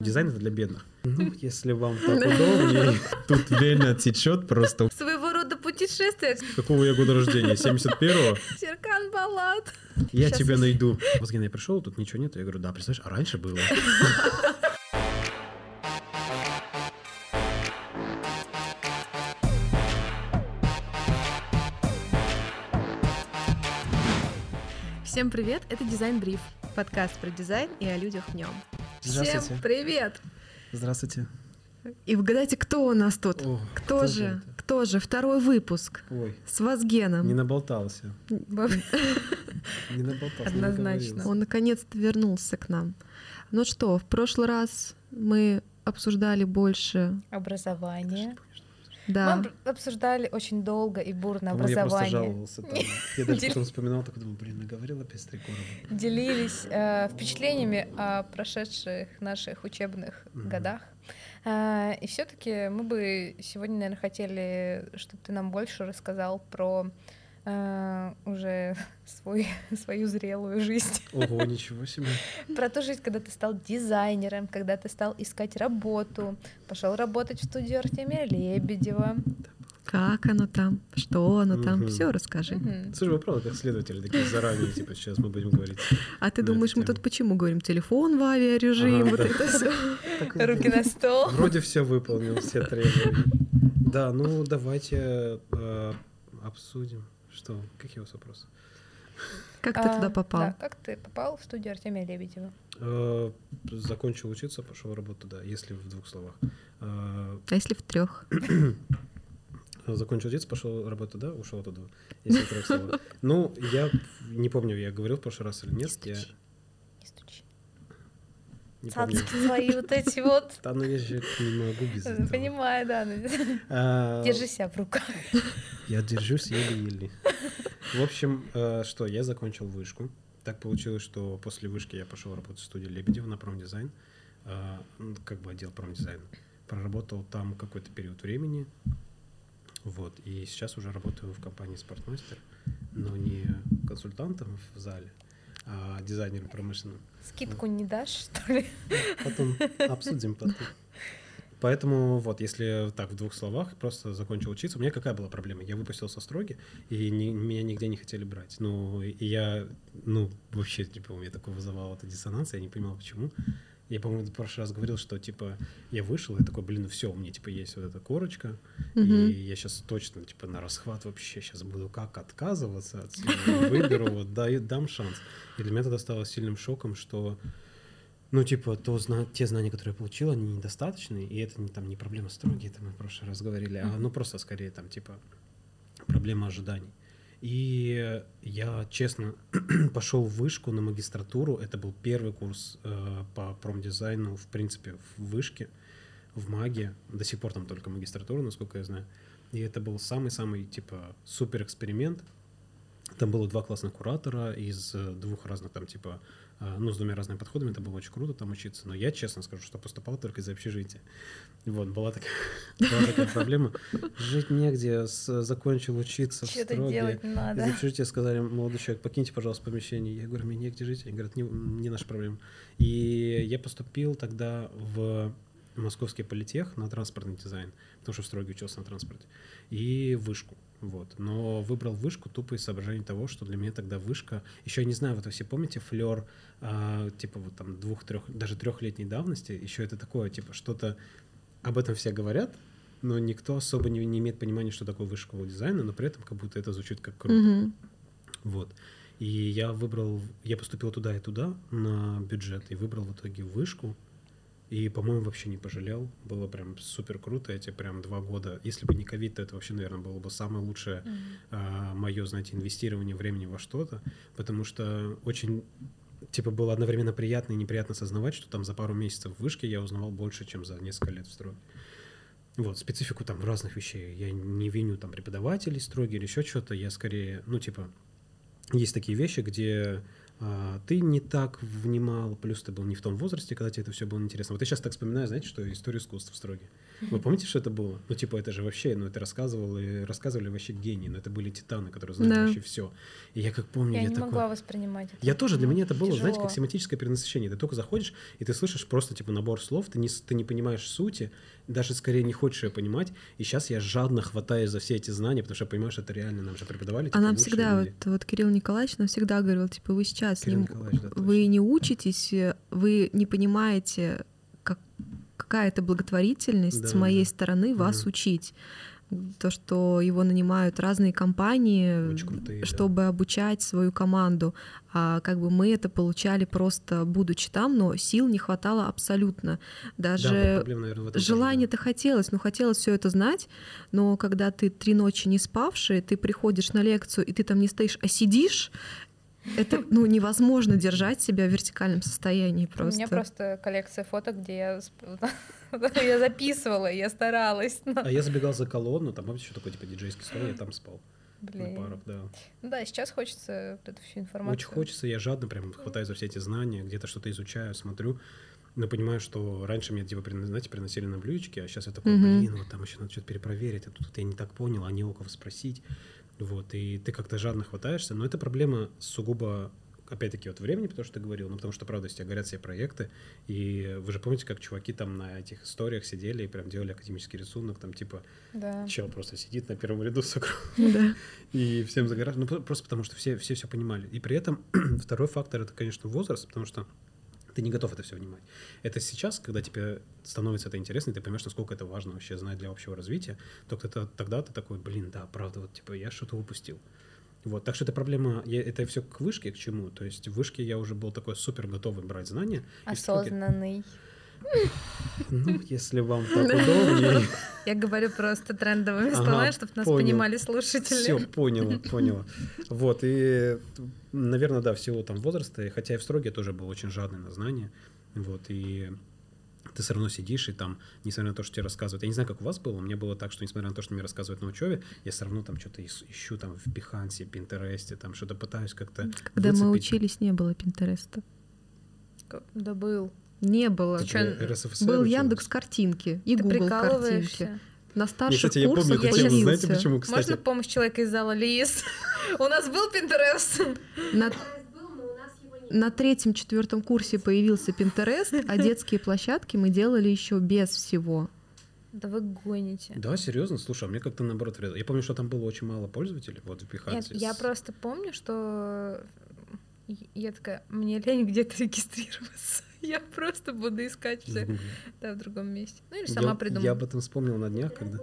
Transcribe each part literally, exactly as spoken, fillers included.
дизайн — это для бедных. Ну, если вам так удобнее, тут время течет просто. Своего рода путешествие. Какого я года рождения? семьдесят первого? Серкан Балат. Я Сейчас тебя я- найду. Вот я пришел, тут ничего нет. Я говорю, да, представляешь, а раньше было. Всем привет, это Дизайн Бриф, подкаст про дизайн и о людях в нем. Здравствуйте. Всем привет! Здравствуйте. И угадайте, кто у нас тут? О, Кто же? это? Кто же? Второй выпуск Ой, с Вазгеном. не наболтался. Не наболтался. не Однозначно. наговорился. Он наконец-то вернулся к нам. Ну что, в прошлый раз мы обсуждали больше... Образование. Да. Мы об- обсуждали очень долго и бурно По-моему, я просто образование. жаловался там. Я даже потом вспоминал, так думал, блин, наговорил опять с три короба. Делились э, впечатлениями о прошедших наших учебных Мгм. годах. Э, и все-таки мы бы сегодня, наверное, хотели, чтобы ты нам больше рассказал про э, уже свой, свою зрелую жизнь. Ого, ничего себе. Про ту жизнь, когда ты стал дизайнером, когда ты стал искать работу, пошел работать в студию Артемия Лебедева. Как оно там? Что оно там? Мгм. Все расскажи. Мгм. Слушай, вы правда как следователи такие заранее, типа, сейчас мы будем говорить. А ты на думаешь, эту мы тут тему. почему говорим? Телефон в авиарежим, Ага, вот да. это все. Так и Руки здесь. на стол. Вроде все выполнил, все требования. Да, ну давайте э, обсудим. Что? Какие у вас вопросы? Как ты А, туда попал? Да, как ты попал в студию Артемия Лебедева? Э, Закончил учиться, пошел работать, да, если в двух словах. Э, А если в трех? Закончил учиться, пошел работать, да, ушел оттуда, если в трех словах. Ну, я не помню, я говорил в прошлый раз или нет, я Не стучи. не помню. Цацки свои вот эти вот. Да, ну я же не могу без этого. Понимаю, да. ну, А, Держи себя в руках. Я держусь еле-еле. В общем, э, что, я закончил вышку. Так получилось, что после вышки я пошел работать в студию Лебедева на промдизайн, э, ну, как бы отдел промдизайна. Проработал там какой-то период времени. Вот. И сейчас уже работаю в компании «Спортмастер», но не консультантом в зале, а дизайнером промышленным. Скидку не дашь, что ли? Потом обсудим потом. Поэтому вот, если так в двух словах, просто закончил учиться. У меня какая была проблема? Я выпустился с Троги, и не- меня нигде не хотели брать. Ну, и я, ну, вообще, типа, у меня такой вызывал это диссонанс, я не понимал, почему. Я, по-моему, в прошлый раз говорил, что, типа, я вышел, и такой, блин, ну все, у меня, типа, есть вот эта корочка, и Мгм. я сейчас точно, типа, на расхват вообще сейчас буду как отказываться от всего, выберу, вот, да, и дам шанс. И для меня тогда стало сильным шоком, что ну, типа, то, зна- те знания, которые я получил, они недостаточны, и это не, там, не проблема строги, это мы в прошлый раз говорили, а ну просто скорее там, типа, проблема ожиданий. И я, честно, пошел в вышку на магистратуру, это был первый курс э, по промдизайну, в принципе, в вышке, в МАГе, до сих пор там только магистратура, насколько я знаю, и это был самый-самый, типа, супер эксперимент. Там было два классных куратора из э, двух разных там типа, э, ну, с двумя разными подходами. Это было очень круто там учиться. Но я, честно скажу, что поступал только из общежития. Вот, была такая, была такая проблема. Жить негде, с- закончил учиться в Что-то Строге. делать Из надо. общежития сказали, молодой человек, покиньте, пожалуйста, помещение. Я говорю, мне негде жить. Они говорят, не, не наша проблема. И я поступил тогда в Московский политех на транспортный дизайн, потому что в Строге учился на транспорте, и вышку. Вот. Но выбрал вышку тупо из соображений того, что для меня тогда вышка... Еще я не знаю, вот вы все помните флер, а, типа вот там двух-трех, даже трехлетней давности, еще это такое, типа что-то... Об этом все говорят, но никто особо не, не имеет понимания, что такое высший школа дизайна, но при этом как будто это звучит как круто. Мгм. Вот. И я выбрал... Я поступил туда и туда на бюджет, и выбрал в итоге вышку. И, по-моему, вообще не пожалел. Было прям супер круто эти прям два года. Если бы не ковид, то это вообще, наверное, было бы самое лучшее а, мое, знаете, инвестирование времени во что-то. Потому что очень, типа, было одновременно приятно и неприятно осознавать, что там за пару месяцев в вышке я узнавал больше, чем за несколько лет в Строге. Вот, специфику там разных вещей. Я не виню там преподавателей Строги или еще что-то. Я скорее, ну, типа, есть такие вещи, где а, ты не так внимал, плюс ты был не в том возрасте, когда тебе это все было интересно. Вот я сейчас так вспоминаю, знаете, что историю искусства в Строге. Вы помните, что это было? Ну, типа, это же вообще, ну, это рассказывали, рассказывали вообще гении, но это были титаны, которые знали Да. вообще все. И я как помню, Я я не такой... могла воспринимать это. Я тоже, для Ну, меня это было, знаете, как тяжело. семантическое перенасыщение. Ты только заходишь, и ты слышишь просто, типа, набор слов, ты не, с- ты не понимаешь сути, даже скорее не хочешь ее понимать. И сейчас я жадно хватаюсь за все эти знания, потому что я понимаю, что это реально нам же преподавали. А типа, нам лучшие всегда, люди. вот, вот Кирилл Николаевич нам всегда говорил, типа, вы сейчас Кирилл не, Николаевич, да, вы точно. не учитесь, э, вы не понимаете, как, какая это благотворительность Да, с моей да. стороны вас Мгм. учить. То, что его нанимают разные компании, Очень крутые, да. чтобы обучать свою команду. А как бы мы это получали просто будучи там, но сил не хватало абсолютно. Да, вот Даже проблема, наверное, в этом тоже, да. желание-то хотелось, но хотелось все это знать, но когда ты три ночи не спавший, ты приходишь на лекцию, и ты там не стоишь, а сидишь, это ну, невозможно держать себя в вертикальном состоянии У просто. меня просто коллекция фоток, где я, сп- я записывала, я старалась. но- А я забегал за колонну, там, помните, что такое, типа, диджейский стол, я там спал на Блин. парах, да. Ну да, сейчас хочется вот эту всю информацию. Очень хочется, я жадно прям хватаю за все эти знания, где-то что-то изучаю, смотрю, но понимаю, что раньше мне, типа, прин- знаете, приносили на блюдечке, а сейчас я такой, Мгм. блин, вот там еще надо что-то перепроверить, а тут я не так понял, а не у кого спросить. Вот, и ты как-то жадно хватаешься, но это проблема сугубо, опять-таки, вот времени, потому что ты говорил, ну, потому что, правда, у тебя горят все проекты, и вы же помните, как чуваки там на этих историях сидели и прям делали академический рисунок, там, типа, Да. чел просто сидит на первом ряду с огромным Да. и всем загорать. Ну, про- просто потому что все все, все понимали. И при этом второй фактор — это, конечно, возраст, потому что ты не готов это все внимать. Это сейчас, когда тебе становится это интересно, и ты поймешь, насколько это важно вообще знать для общего развития, только это, тогда ты такой, блин, да, правда, вот типа я что-то упустил. Вот, так что это проблема, я, это все к вышке, к чему? То есть в вышке я уже был такой супер готовый брать знания. и в строгий- Осознанный. Ну, если вам так удобнее. Я говорю просто трендовыми Ага, словами, чтобы нас понял. понимали слушатели. Все, поняла, поняла. Вот, и, наверное, да, в силу там возраста, и хотя и в строге тоже был очень жадный на знания, вот, и ты все равно сидишь, и там, несмотря на то, что тебе рассказывают, я не знаю, как у вас было, у меня было так, что, несмотря на то, что мне рассказывают на учебе, я все равно там что-то ис- ищу там в Behance, Pinterest, там что-то пытаюсь как-то Когда мы выцепить. учились, не было Пинтереста. Да был. Не было. Ты чё, что, эр эс эф эс эр Был училась? Яндекс картинки и Ты Google картинки. прикалываешься? На Не, старших кстати, я помню курсах эту тему, появился. знаете почему, кстати? Можно помощь человека из зала Лиз? У нас был Пинтерест? На, на третьем-четвертом курсе появился Пинтерест, а детские площадки мы делали еще без всего. Да вы гоните. Да, серьезно, слушай, а мне как-то наоборот врезало. Я помню, что там было очень мало пользователей, вот в Нет, Behance. я с- просто помню, что я такая, мне лень где-то регистрироваться. Я просто буду искать в все Гугле. да, в другом месте. Ну или сама я, придумаю. я об этом вспомнил на днях, когда...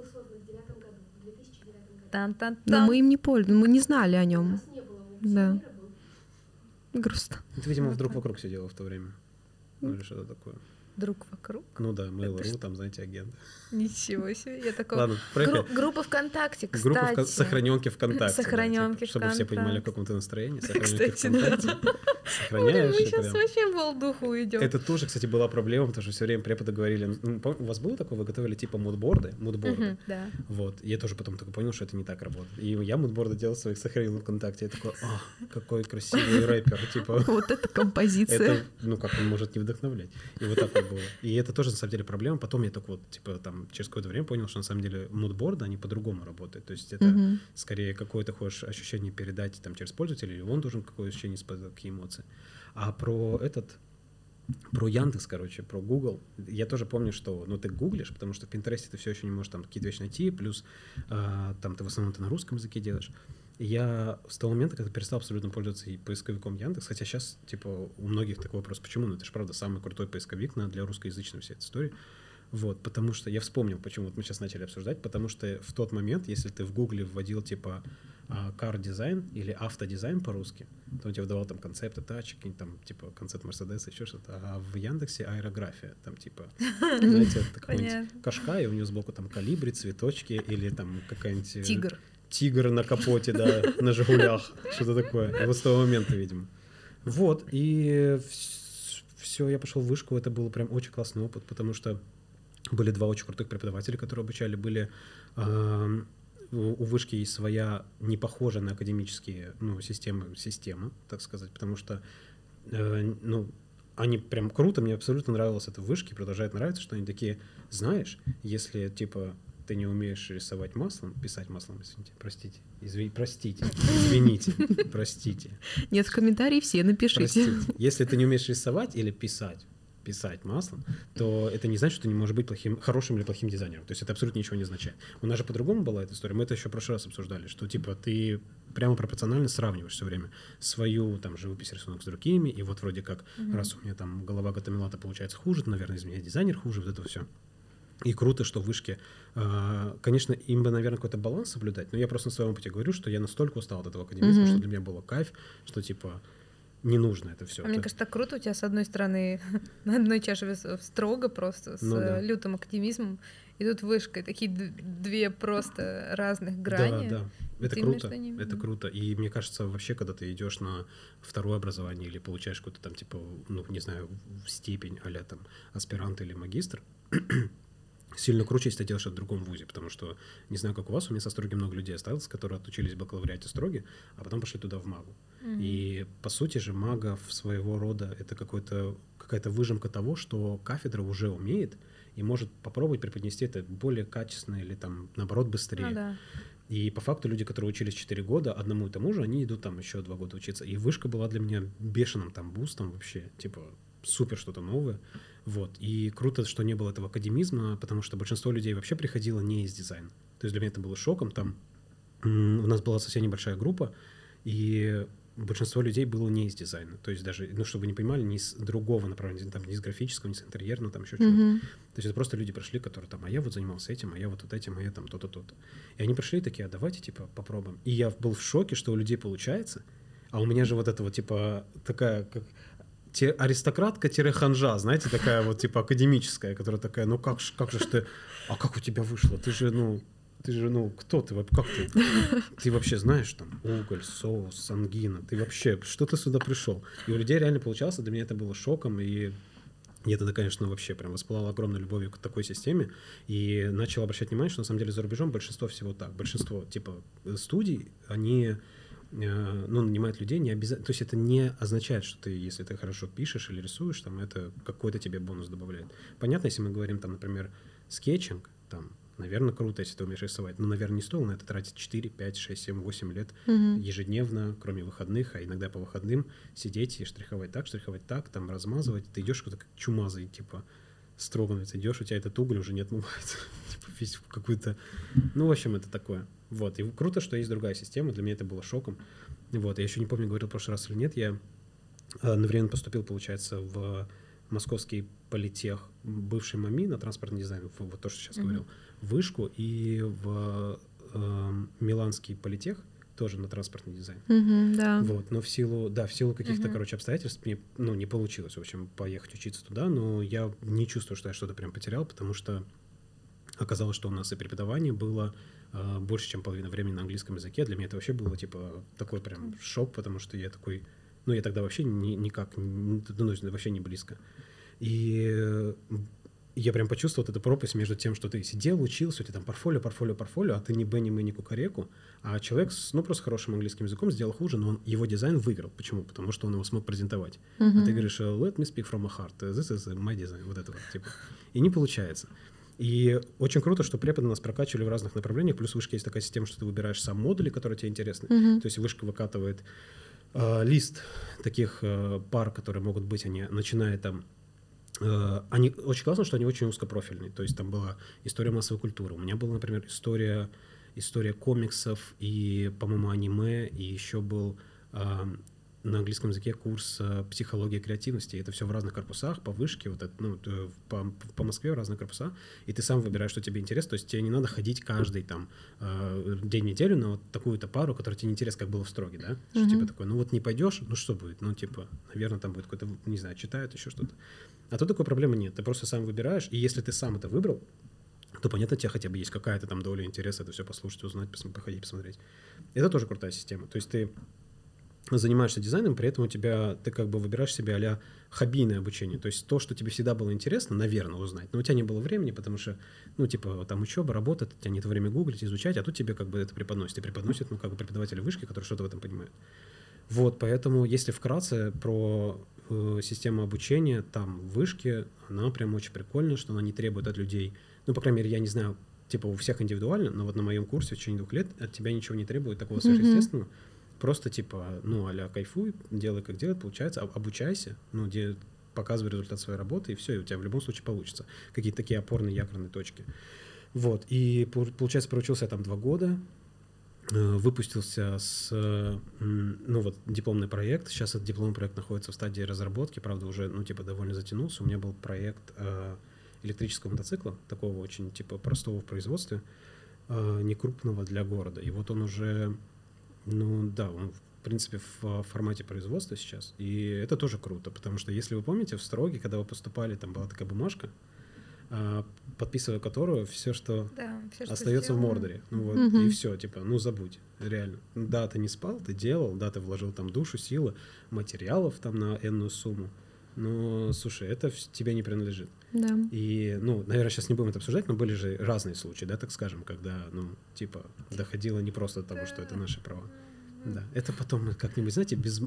Тан-тан-тан. Но мы им не пользовались, мы не знали о нем. Да. Грустно. Это, видимо, Вот вдруг так. вокруг сидело в то время. Ну или что-то такое. Друг вокруг. Ну да, Mail.ru, что? там, знаете, агент. Ничего себе. Я такого... Ладно, проехали. Гру- группа ВКонтакте, кстати. Группа вка- сохраненки ВКонтакте. да, Сохранёнки типа, чтобы все понимали, в ВКонтакте. каком ты настроении. Сохраненки Кстати, да. ВКонтакте. Блин, Сохраняешь. мы и сейчас прям- вообще в волдуху уйдем. Это тоже, кстати, была проблема, потому что все время преподы говорили, ну, пом- у вас было такое, вы готовили типа мудборды, мудборды, Да. вот, и я тоже потом только понял, что это не так работает. И я мудборды делал своих, сохранил ВКонтакте, я такой, а, какой красивый рэпер, типа, Вот это композиция. это, ну, как он может не вдохновлять. И вот так вот было. И это тоже, на самом деле, проблема. Потом я только вот, типа, там, через какое-то время понял, что, на самом деле, мудборды, они по-другому работают. То есть это Мгм. скорее какое-то хочешь ощущение передать там через пользователя, или он должен какое-то ощущение испытывать, какие эмоции. А про этот, про Яндекс, короче, про Google, я тоже помню, что, ну, ты гуглишь, потому что в Pinterest ты все еще не можешь там какие-то вещи найти, плюс а, там ты в основном ты на русском языке делаешь. И я с того момента, когда перестал абсолютно пользоваться и поисковиком Яндекс, хотя сейчас, типа, у многих такой вопрос, почему? Ну, это же, правда, самый крутой поисковик на, для русскоязычной всей этой истории. Вот, потому что я вспомнил, почему вот мы сейчас начали обсуждать, потому что в тот момент, если ты в Гугле вводил типа car дизайн или автодизайн по-русски, то он тебе выдавал там концепты тачек, какие-нибудь там типа концепт Мерседеса, еще что-то, а в Яндексе аэрография, там типа, знаете, какой-нибудь Понятно. кашка, и у него сбоку там калибри, цветочки или там какая-нибудь... э, Тигр. Тигр на капоте, да, на «Жигулях», что-то такое. И вот с того момента, видимо. Вот, и все, я пошел в вышку, это был прям очень классный опыт, потому что были два очень крутых преподавателя, которые обучали, были... э, у у вышки есть своя, не похожая на академические, ну, системы, система, так сказать, потому что, э, ну, они прям круто, мне абсолютно нравилось это в вышке, продолжает нравиться, что они такие, знаешь, если, типа, ты не умеешь рисовать маслом, писать маслом, извините, простите, извини, простите, извините, простите. Нет, в комментарии все напишите. Простите. Если ты не умеешь рисовать или писать, писать маслом, то это не значит, что ты не можешь быть плохим, хорошим или плохим дизайнером. То есть это абсолютно ничего не означает. У нас же по-другому была эта история. Мы это еще в прошлый раз обсуждали, что типа ты прямо пропорционально сравниваешь все время свою там живопись, рисунок с другими, и вот вроде как, mm-hmm. раз у меня там голова Гватемалата получается хуже, то, наверное, из меня дизайнер хуже, вот это все. И круто, что в вышке, конечно, им бы, наверное, какой-то баланс соблюдать, но я просто на своем опыте говорю, что я настолько устал от этого академизма, mm-hmm. что для меня было кайф, что типа не нужно это все. А мне кажется, так круто у тебя с одной стороны на одной чаше весов строго просто с ну, да. лютым академизмом, и тут вышка, и такие две просто разных грани. Да, да, это круто, это круто. И мне кажется, вообще, когда ты идешь на второе образование или получаешь какую-то там, типа, ну, не знаю, степень а-ля там аспирант или магистр, сильно круче, если ты делаешь это в другом вузе, потому что, не знаю, как у вас, у меня со Строги много людей осталось, которые отучились в бакалавриате Строги, а потом пошли туда в магу. Mm-hmm. И, по сути же, мага своего рода — это какой-то, какая-то выжимка того, что кафедра уже умеет и может попробовать преподнести это более качественно или, там, наоборот, быстрее. Ну, да. И по факту люди, которые учились четыре года одному и тому же, они идут там еще два года учиться. И вышка была для меня бешеным там бустом вообще, типа супер что-то новое. Вот. И круто, что не было этого академизма, потому что большинство людей вообще приходило не из дизайна. То есть для меня это было шоком. Там у нас была совсем небольшая группа, и большинство людей было не из дизайна. То есть даже, ну, чтобы вы не понимали, не из другого направления, там, не из графического, не из интерьерного, там еще mm-hmm. чего-то. То есть это просто люди пришли, которые там, а я вот занимался этим, а я вот, вот этим, а я там то-то, то-то. И они пришли такие, а давайте, типа, попробуем. И я был в шоке, что у людей получается, а у меня же вот это вот, типа, такая, как... аристократка-ханжа, знаете, такая вот типа академическая, которая такая, ну как, как же ты, а как у тебя вышло? Ты же, ну, ты же, ну, кто ты? Как ты? Ты вообще знаешь там уголь, соус, ангина? Ты вообще, что ты сюда пришел? И у людей реально получалось, для меня это было шоком, и я тогда, конечно, вообще прям воспылал огромной любовью к такой системе и начал обращать внимание, что на самом деле за рубежом большинство всего так. Большинство типа студий, они... ну, нанимают людей не обязательно, то есть это не означает, что ты, если ты хорошо пишешь или рисуешь, там это какой-то тебе бонус добавляет. Понятно, если мы говорим там, например, скетчинг, там, наверное, круто, если ты умеешь рисовать, но, наверное, не стоило на это тратить четыре, пять, шесть, семь, восемь лет mm-hmm. ежедневно, кроме выходных, а иногда по выходным сидеть и штриховать так, штриховать так, там размазывать, ты идешь какой-то как чумазый, типа, строганец, идешь, у тебя этот уголь уже не отмывается, типа, весь какой-то, ну, в общем, это такое. Вот, и круто, что есть другая система, для меня это было шоком. Вот, я еще не помню, говорил в прошлый раз или нет, я одновременно поступил, получается, в московский политех, бывший МАМИ, на транспортный дизайн, вот то, что сейчас mm-hmm. говорил, вышку, и в э, миланский политех, тоже на транспортный дизайн. Mm-hmm, да. Вот, но в силу, да, в силу каких-то, Mm-hmm. короче, обстоятельств мне, ну, не получилось, в общем, поехать учиться туда, но я не чувствую, что я что-то прям потерял, потому что оказалось, что у нас и преподавание было э, больше, чем половина времени на английском языке. Для меня это вообще было, типа, такой прям шок, потому что я такой... Ну, я тогда вообще ни, никак, ну, вообще не близко. И я прям почувствовал вот эту пропасть между тем, что ты сидел, учился, у тебя там портфолио, портфолио, портфолио, а ты не Бенни, Мэнни, Кукареку, а человек с, ну, просто хорошим английским языком сделал хуже, но он, его дизайн выиграл. Почему? Потому что он его смог презентовать. Mm-hmm. А ты говоришь, let me speak from my heart, this is my design, вот это вот, типа. И не получается. И очень круто, что преподы нас прокачивали в разных направлениях, плюс в вышке есть такая система, что ты выбираешь сам модули, которые тебе интересны. Mm-hmm. То есть вышка выкатывает э, лист таких э, пар, которые могут быть, они, начиная там, э, они, очень классно, что они очень узкопрофильные. То есть там была история массовой культуры, у меня была, например, история, история комиксов и, по-моему, аниме, и еще был... Э, на английском языке курс психология креативности. Это все в разных корпусах, по вышке, вот это, ну, по, по Москве разные корпуса, и ты сам выбираешь, что тебе интересно. То есть тебе не надо ходить каждый там день недели на вот такую-то пару, которая тебе не интересна, как было в Строге, да? Что mm-hmm. типа такое, ну вот не пойдешь, ну что будет? Ну типа, наверное, там будет какой-то, не знаю, читают еще что-то. А тут такой проблемы нет. Ты просто сам выбираешь, и если ты сам это выбрал, то, понятно, у тебя хотя бы есть какая-то там доля интереса это все послушать, узнать, походить, посмотреть. Это тоже крутая система. То есть ты занимаешься дизайном, при этом у тебя, ты как бы выбираешь себе а-ля хоббийное обучение, то есть то, что тебе всегда было интересно, наверное, узнать, но у тебя не было времени, потому что, ну, типа, там учеба, работа, у тебя нет времени гуглить, изучать, а тут тебе как бы это преподносит, и преподносит, ну, как бы преподаватели вышки, которые что-то в этом понимают. Вот, поэтому, если вкратце про э, система обучения там в вышке, она прям очень прикольная, что она не требует от людей, ну, по крайней мере, я не знаю, типа у всех индивидуально, но вот на моем курсе в течение двух лет от тебя ничего не требует такого сверхъестественного. Mm-hmm. Просто типа, ну, а-ля кайфуй, делай как делать, получается, обучайся, ну, где показывай результат своей работы, и все, и у тебя в любом случае получится. Какие-то такие опорные якорные точки. Вот, и получается, проучился я там два года, выпустился с, ну, вот, дипломный проект. Сейчас этот дипломный проект находится в стадии разработки, правда, уже, ну, типа, довольно затянулся. У меня был проект электрического мотоцикла, такого очень, типа, простого в производстве, некрупного для города. И вот он уже, ну, да, он, в принципе, в формате производства сейчас. И это тоже круто, потому что, если вы помните, в Строге, когда вы поступали, там была такая бумажка, подписывая которую все, что да, все, остается в Мордоре. Ну, вот, mm-hmm. И все, типа, ну забудь, реально. Да, ты не спал, ты делал, да, ты вложил там душу, силы, материалов там на энную сумму. Но, слушай, это тебе не принадлежит. Да. И, ну, наверное, сейчас не будем это обсуждать, но были же разные случаи, да, так скажем, когда, ну, типа, доходило не просто до того, что это наши права. Да, это потом как-нибудь, знаете, без...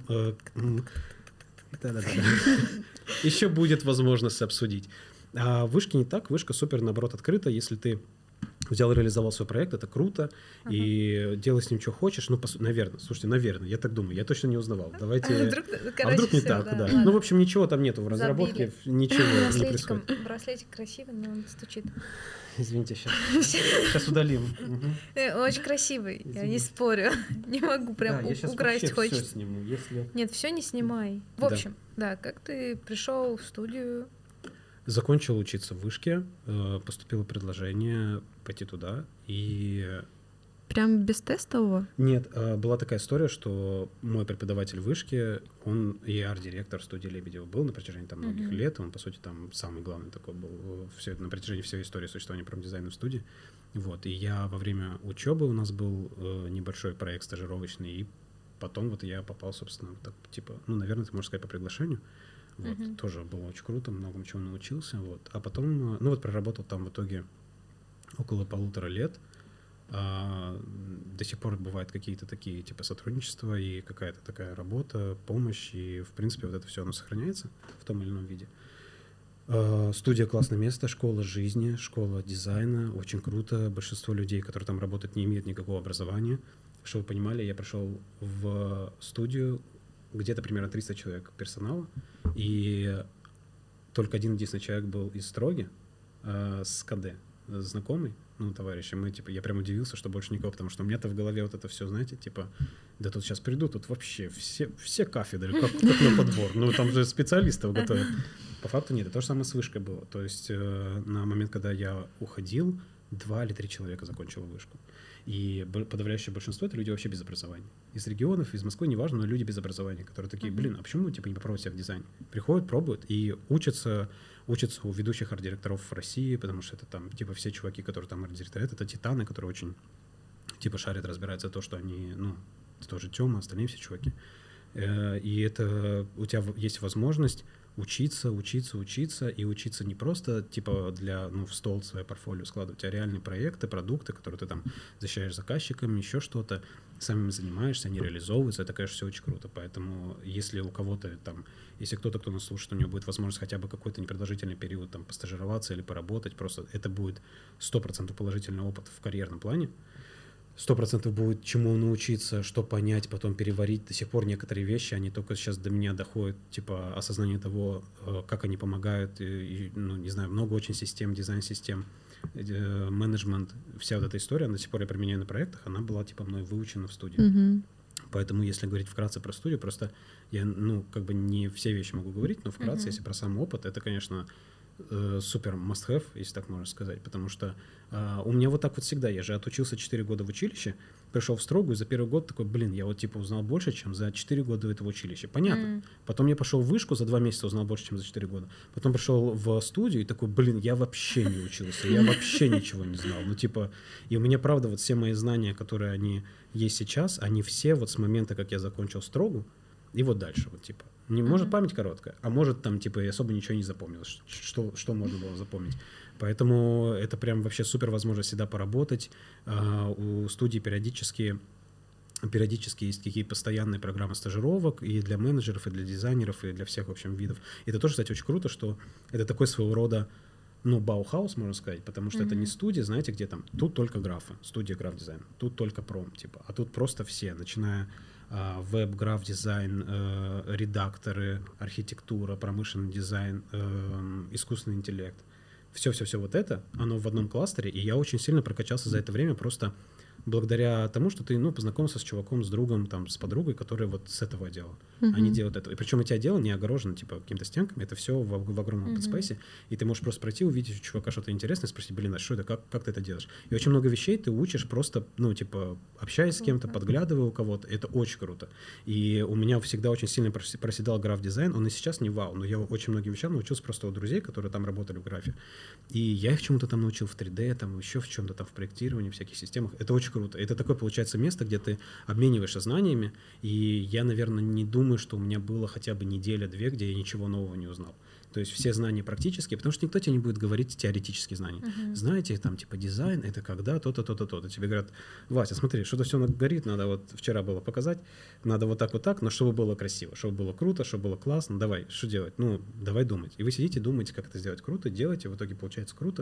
Да-да-да. Еще будет возможность обсудить. А в вышке не так, вышка супер, наоборот, открыта. Если ты взял и реализовал свой проект, это круто, uh-huh. и делай с ним, что хочешь. Ну, по, наверное, слушайте, наверное, я так думаю, я точно не узнавал. Давайте... А вдруг, короче, а вдруг не все, так, да. да. Ну, в общем, ничего там нету в разработке, забили. Ничего не происходит. Браслетик красивый, но он стучит. Извините, сейчас, сейчас удалим. Угу. Очень красивый, извините. Я не спорю. Не могу прям да, у- украсть хочется. Все сниму, если... Нет, все не снимай. В общем, да. да, как ты пришел в студию? Закончил учиться в вышке, поступило предложение пойти туда, и... Прям без тестового? Нет, была такая история, что мой преподаватель в вышке, он и арт-директор студии Лебедева был на протяжении там многих mm-hmm. лет, он, по сути, там самый главный такой был все это на протяжении всей истории существования промдизайна в студии. Вот, и я во время учебы, у нас был небольшой проект стажировочный, и потом вот я попал, собственно, так, типа, ну, наверное, ты можешь сказать, по приглашению. Вот, uh-huh. тоже было очень круто, многому чему научился. Вот. А потом, ну вот проработал там в итоге около полутора лет. А, до сих пор бывают какие-то такие типа сотрудничества и какая-то такая работа, помощь. И, в принципе, вот это все оно сохраняется в том или ином виде. А, студия — классное место, школа жизни, школа дизайна. Очень круто. Большинство людей, которые там работают, не имеют никакого образования. Чтобы вы понимали, я пришел в студию, где-то примерно триста человек персонала, и только один единственный человек был из Строги, э, с КД, знакомый, ну, товарищ, и мы, типа, я прям удивился, что больше никого, потому что у меня-то в голове вот это все, знаете, типа, да тут сейчас приду, тут вообще все, все кафедры, как, как на подбор, ну, там же специалистов готовят. По факту нет, это то же самое с вышкой было, то есть э, на момент, когда я уходил, два или три человека закончило вышку. И подавляющее большинство — это люди вообще без образования. Из регионов, из Москвы, неважно, но люди без образования, которые такие, блин, а почему типа не попробовать себя в дизайне? Приходят, пробуют и учатся, учатся у ведущих арт-директоров в России, потому что это там типа все чуваки, которые там арт-директорят, это титаны, которые очень типа шарят, разбираются в том, что они, ну, тоже Тёма, остальные все чуваки. И это у тебя есть возможность учиться, учиться, учиться, и учиться не просто типа для, ну, в стол свое портфолио складывать, а реальные проекты, продукты, которые ты там защищаешь заказчикам, еще что-то, самим занимаешься, они реализовываются, это, конечно, все очень круто. Поэтому если у кого-то там, если кто-то, кто нас слушает, у него будет возможность хотя бы какой-то непродолжительный период там постажироваться или поработать, просто это будет сто процентов положительный опыт в карьерном плане. Сто процентов будет чему научиться, что понять, потом переварить. До сих пор некоторые вещи, они только сейчас до меня доходят, типа осознание того, как они помогают, и, ну, не знаю, много очень систем, дизайн-систем, менеджмент, вся вот эта история, она до сих пор я применяю на проектах, она была, типа, мной выучена в студии. Mm-hmm. Поэтому, если говорить вкратце про студию, просто я, ну, как бы не все вещи могу говорить, но вкратце, mm-hmm. если про сам опыт, это, конечно, супер must-have, если так можно сказать, потому что uh, у меня вот так вот всегда, я же отучился четыре года в училище, пришел в Строгу, и за первый год такой, блин, я вот типа узнал больше, чем за четыре года этого училища. Понятно. Mm. Потом я пошел в вышку, за два месяца узнал больше, чем за четыре года. Потом пришел в студию и такой, блин, я вообще не учился, я вообще ничего не знал. Ну типа, и у меня правда вот все мои знания, которые они есть сейчас, они все вот с момента, как я закончил Строгу, и вот дальше вот типа. Не, может, mm-hmm. память короткая, а может, там, типа, я особо ничего не запомнил, что, что можно было запомнить. Поэтому это прям вообще супер возможность всегда поработать. Uh, у студии периодически периодически есть какие постоянные программы стажировок и для менеджеров, и для дизайнеров, и для всех, в общем, видов. И это тоже, кстати, очень круто, что это такой своего рода, ну, Баухаус, можно сказать, потому что mm-hmm. это не студия, знаете, где там, тут только графы, студия граф-дизайн, тут только пром, типа, а тут просто все, начиная Uh, веб, граф-дизайн, uh, редакторы, архитектура, промышленный дизайн, uh, искусственный интеллект. Все-все-все вот это, оно в одном кластере, и я очень сильно прокачался за это время просто благодаря тому, что ты, ну, познакомился с чуваком, с другом, там, с подругой, которые вот с этого отдела. Mm-hmm. Они делают это. И причем эти отделы не огорожены, типа, какими-то стенками, это все в, в огромном open space, mm-hmm. и ты можешь просто пройти, увидеть у чувака что-то интересное, спросить, блин, а что это, как, как ты это делаешь? И очень много вещей ты учишь просто, ну, типа, общаясь mm-hmm. с кем-то, подглядывая у кого-то, это очень круто. И у меня всегда очень сильно проседал граф-дизайн, он и сейчас не вау, но я очень многим вещам научился просто у друзей, которые там работали в графе. И я их чему-то там научил в три дэ, там, еще в чем-то там, в проектировании, в всяких системах. Это очень круто. Это такое, получается, место, где ты обмениваешься знаниями, и я, наверное, не думаю, что у меня было хотя бы неделя-две, где я ничего нового не узнал. То есть все знания практические, потому что никто тебе не будет говорить теоретические знания. Uh-huh. Знаете, там, типа, дизайн — это когда то-то, то-то, то-то. Тебе говорят, Вася, смотри, что-то все горит, надо вот вчера было показать, надо вот так, вот так, но чтобы было красиво, чтобы было круто, чтобы было классно, давай, что делать? Ну, давай думать. И вы сидите, думаете, как это сделать круто, делаете, в итоге получается круто.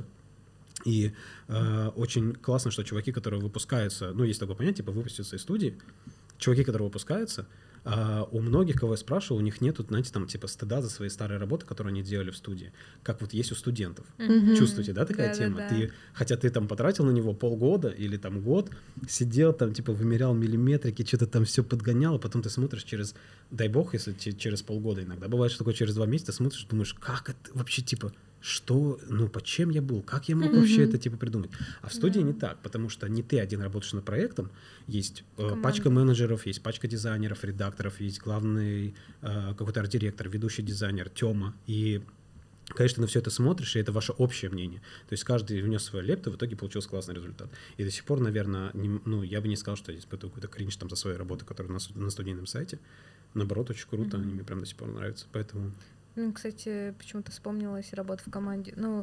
И э, очень классно, что чуваки, которые выпускаются, ну, есть такое понятие, типа, выпустятся из студии, чуваки, которые выпускаются, Uh, у многих, кого я спрашивал, у них нету, знаете, там, типа, стыда за свои старые работы, которые они делали в студии, как вот есть у студентов. Mm-hmm. Чувствуете, да, такая да, тема? Да, да. Ты, хотя ты там потратил на него полгода или там год, сидел там, типа, вымерял миллиметрики, что-то там все подгонял, а потом ты смотришь через, дай бог, если через полгода иногда, бывает, что такое через два месяца, смотришь, думаешь, как это вообще, типа, что, ну, под чем я был, как я мог mm-hmm. вообще это, типа, придумать. А в студии yeah. не так, потому что не ты один работаешь над проектом, есть э, пачка менеджеров, есть пачка дизайнеров, редакторов, есть главный э, какой-то арт-директор, ведущий дизайнер, Тёма, и, конечно, на все это смотришь, и это ваше общее мнение. То есть каждый внес свою лепту, в итоге получился классный результат. И до сих пор, наверное, не, ну, я бы не сказал, что я испытываю какой-то кринж там за свои работы, которые на, на студийном сайте. Наоборот, очень круто, mm-hmm. они мне прям до сих пор нравятся, поэтому... Ну, кстати, почему-то вспомнилась работа в команде. Ну,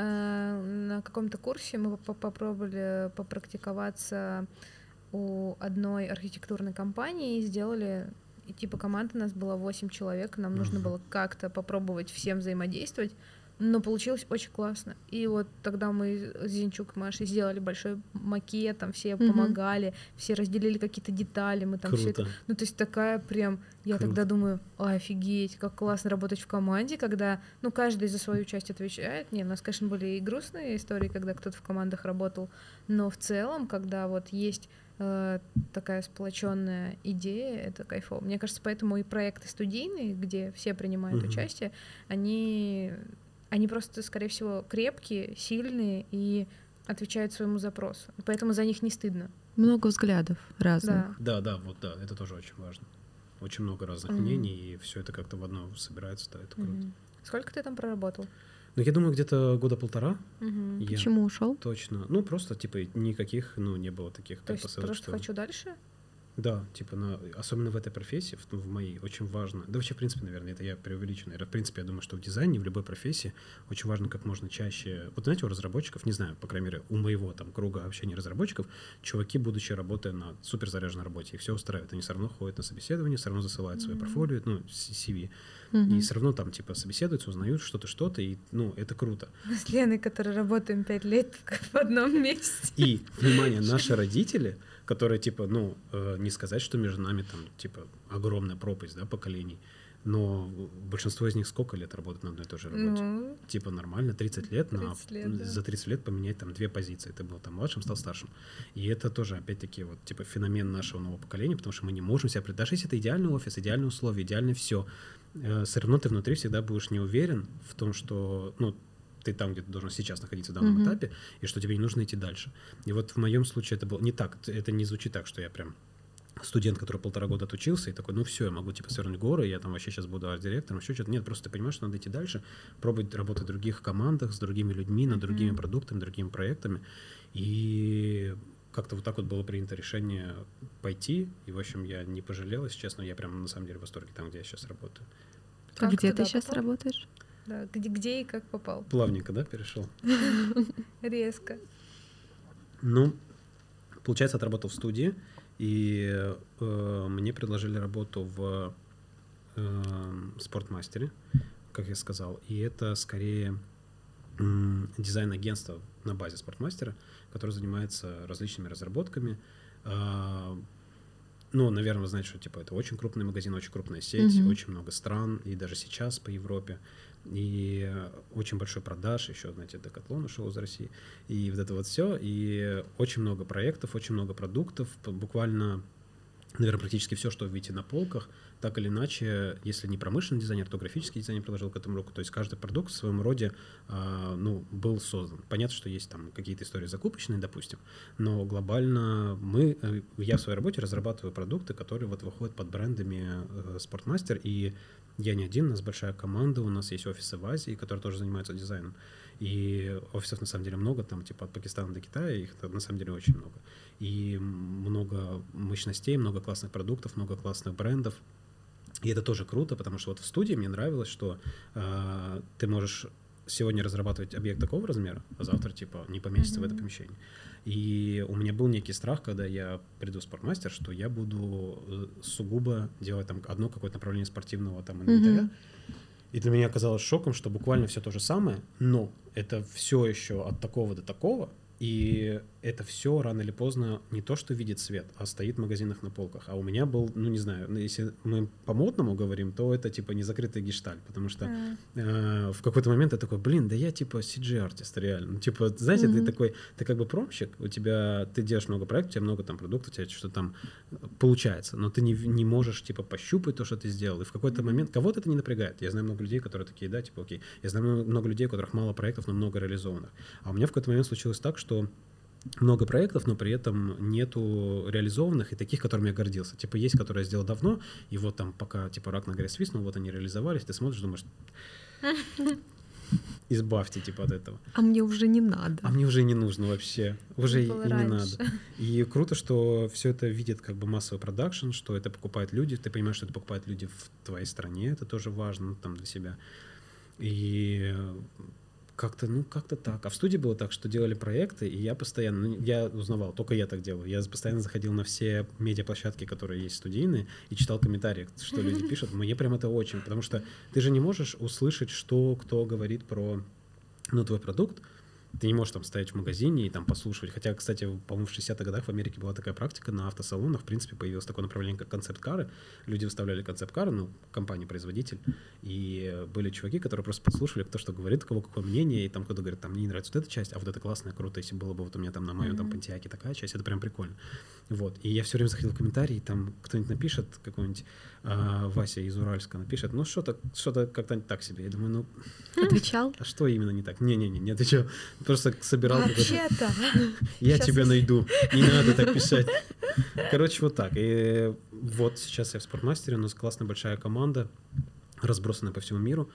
э, на каком-то курсе мы попробовали попрактиковаться у одной архитектурной компании и сделали, и типа команда у нас была восемь человек, нам uh-huh. нужно было как-то попробовать всем взаимодействовать, но получилось очень классно. И вот тогда мы с Зинчук и Машей сделали большой макет, там все uh-huh. помогали, все разделили какие-то детали, мы там Круто. все это... Ну, то есть такая прям... Я Круто. Тогда думаю, офигеть, как классно работать в команде, когда, ну, каждый за свою часть отвечает. Не, у нас, конечно, были и грустные истории, когда кто-то в командах работал, но в целом, когда вот есть э, такая сплоченная идея, это кайфово. Мне кажется, поэтому и проекты студийные, где все принимают uh-huh. участие, они, они просто, скорее всего, крепкие, сильные и отвечают своему запросу. Поэтому за них не стыдно. Много взглядов разных. Да, да, да, вот да, это тоже очень важно. Очень много разных mm-hmm. мнений, и все это как-то в одно собирается, да, это круто. Mm-hmm. Сколько ты там проработал? Ну, я думаю, где-то года полтора. Mm-hmm. Я Почему ушел? Точно. Ну, просто, типа, никаких, ну, не было таких. То есть посылок, просто что... хочу дальше? Да, типа, на, особенно в этой профессии, в, в моей, очень важно, да вообще, в принципе, наверное, это я преувеличу, наверное, в принципе, я думаю, что в дизайне, в любой профессии очень важно как можно чаще, вот знаете, у разработчиков, не знаю, по крайней мере, у моего там круга общения разработчиков, чуваки, будучи работая на суперзаряженной работе, их все устраивает, они все равно ходят на собеседование, все равно засылают mm-hmm. свои портфолио, ну, си ви, mm-hmm. и все равно там, типа, собеседуются, узнают что-то, что-то, и, ну, это круто. Мы с Леной, которые работаем пять лет в одном месте. И, внимание, наши родители, которые, типа, ну, э, не сказать, что между нами там, типа, огромная пропасть, да, поколений, но большинство из них сколько лет работают на одной и той же работе? Ну, типа, нормально, тридцать лет, тридцать на, лет, да. за тридцать лет поменять там две позиции. Ты был там младшим, стал старшим. И это тоже, опять-таки, вот, типа, феномен нашего нового поколения, потому что мы не можем себя представить, даже если это идеальный офис, идеальные условия, идеальное все, э, все равно ты внутри всегда будешь не уверен в том, что, ну, ты там, где ты должен сейчас находиться в данном mm-hmm. этапе, и что тебе не нужно идти дальше. И вот в моем случае это было не так, это не звучит так, что я прям студент, который полтора года отучился, и такой, ну все, я могу типа свернуть горы, я там вообще сейчас буду арт-директором, еще что-то. Нет, просто ты понимаешь, что надо идти дальше, пробовать работать в других командах, с другими людьми, над другими mm-hmm. продуктами, другими проектами. И как-то вот так вот было принято решение пойти, и, в общем, я не пожалел, если честно, я прям на самом деле в восторге там, где я сейчас работаю. А где ты сейчас попал? Работаешь? Да, где, где и как попал? Плавненько, да, перешел? Резко. Ну, получается, отработал в студии, И э, мне предложили работу в э, спортмастере, как я сказал. И это скорее э, дизайн-агентство на базе спортмастера, которое занимается различными разработками. Э, ну, наверное, вы знаете, что типа это очень крупный магазин, очень крупная сеть, mm-hmm. очень много стран, и даже сейчас по Европе. И очень большой продаж, еще, знаете, Decathlon ушел из России, и вот это вот все, и очень много проектов, очень много продуктов, буквально, наверное, практически все, что вы видите на полках, так или иначе, если не промышленный дизайнер, то графический дизайнер приложил к этому руку, то есть каждый продукт в своем роде, а, ну, был создан. Понятно, что есть там какие-то истории закупочные, допустим, но глобально мы, я в своей работе разрабатываю продукты, которые вот выходят под брендами Sportmaster, и я не один, у нас большая команда, у нас есть офисы в Азии, которые тоже занимаются дизайном. И офисов на самом деле много, там типа от Пакистана до Китая, их на самом деле очень много. И много мощностей, много классных продуктов, много классных брендов. И это тоже круто, потому что вот в студии мне нравилось, что э, ты можешь сегодня разрабатывать объект такого размера, а завтра типа не поместится mm-hmm. в это помещение. И у меня был некий страх, когда я приду в спортмастер, что я буду сугубо делать там одно какое-то направление спортивного там инвентаря. Mm-hmm. И для меня оказалось шоком, что буквально все то же самое, но это все еще от такого до такого, и это все рано или поздно не то, что видит свет, а стоит в магазинах на полках. А у меня был, ну не знаю, если мы по-модному говорим, то это типа не закрытый гештальт, потому что mm. э, в какой-то момент я такой, блин, да я типа си джи-артист реально. Ну, типа, знаете, mm-hmm. ты такой, ты как бы промщик, у тебя, ты делаешь много проектов, у тебя много там продуктов, у тебя что-то там получается, но ты не, не можешь типа пощупать то, что ты сделал. И в какой-то mm-hmm. момент кого-то это не напрягает. Я знаю много людей, которые такие, да, типа, окей. Я знаю много людей, у которых мало проектов, но много реализованных. А у меня в какой-то момент случилось так, что много проектов, но при этом нету реализованных и таких, которыми я гордился. Типа есть, которые я сделал давно, и вот там пока типа рак на горе свистнул, вот они реализовались, ты смотришь, думаешь, избавьте типа от этого. А мне уже не надо. А мне уже не нужно вообще, уже и не надо. И круто, что все это видит как бы массовый продакшн, что это покупают люди, ты понимаешь, что это покупают люди в твоей стране, это тоже важно там для себя. И как-то, ну, как-то так. А в студии было так, что делали проекты, и я постоянно, ну, я узнавал, только я так делаю. Я постоянно заходил на все медиаплощадки, которые есть студийные, и читал комментарии, что люди пишут. Мне прям это очень, потому что ты же не можешь услышать, что кто говорит про, ну, твой продукт. Ты не можешь там стоять в магазине и там послушивать. Хотя, кстати, по-моему, в шестидесятых годах в Америке была такая практика, на автосалонах, в принципе, появилось такое направление, как концепт-кары. Люди выставляли концепт-кары, ну, компания-производитель, и были чуваки, которые просто послушали, кто что говорит, у кого какое мнение, и там кто-то говорит, там, мне не нравится вот эта часть, а вот это классная, круто, если было бы вот у меня там на моем mm-hmm. там Pontiac такая часть, это прям прикольно. Вот. И я все время заходил в комментарии, там кто-нибудь напишет, какой-нибудь а, Вася из Уральска напишет, ну, что-то, что-то как-то так себе. Я думаю, ну... Отвечал? А что именно не так? Не-не-не, не отвечал. Просто собирал... Вообще-то... Я сейчас тебя найду. Не надо так писать. Короче, вот так. И вот сейчас я в спортмастере, у нас классная большая команда, разбросанная по всему миру.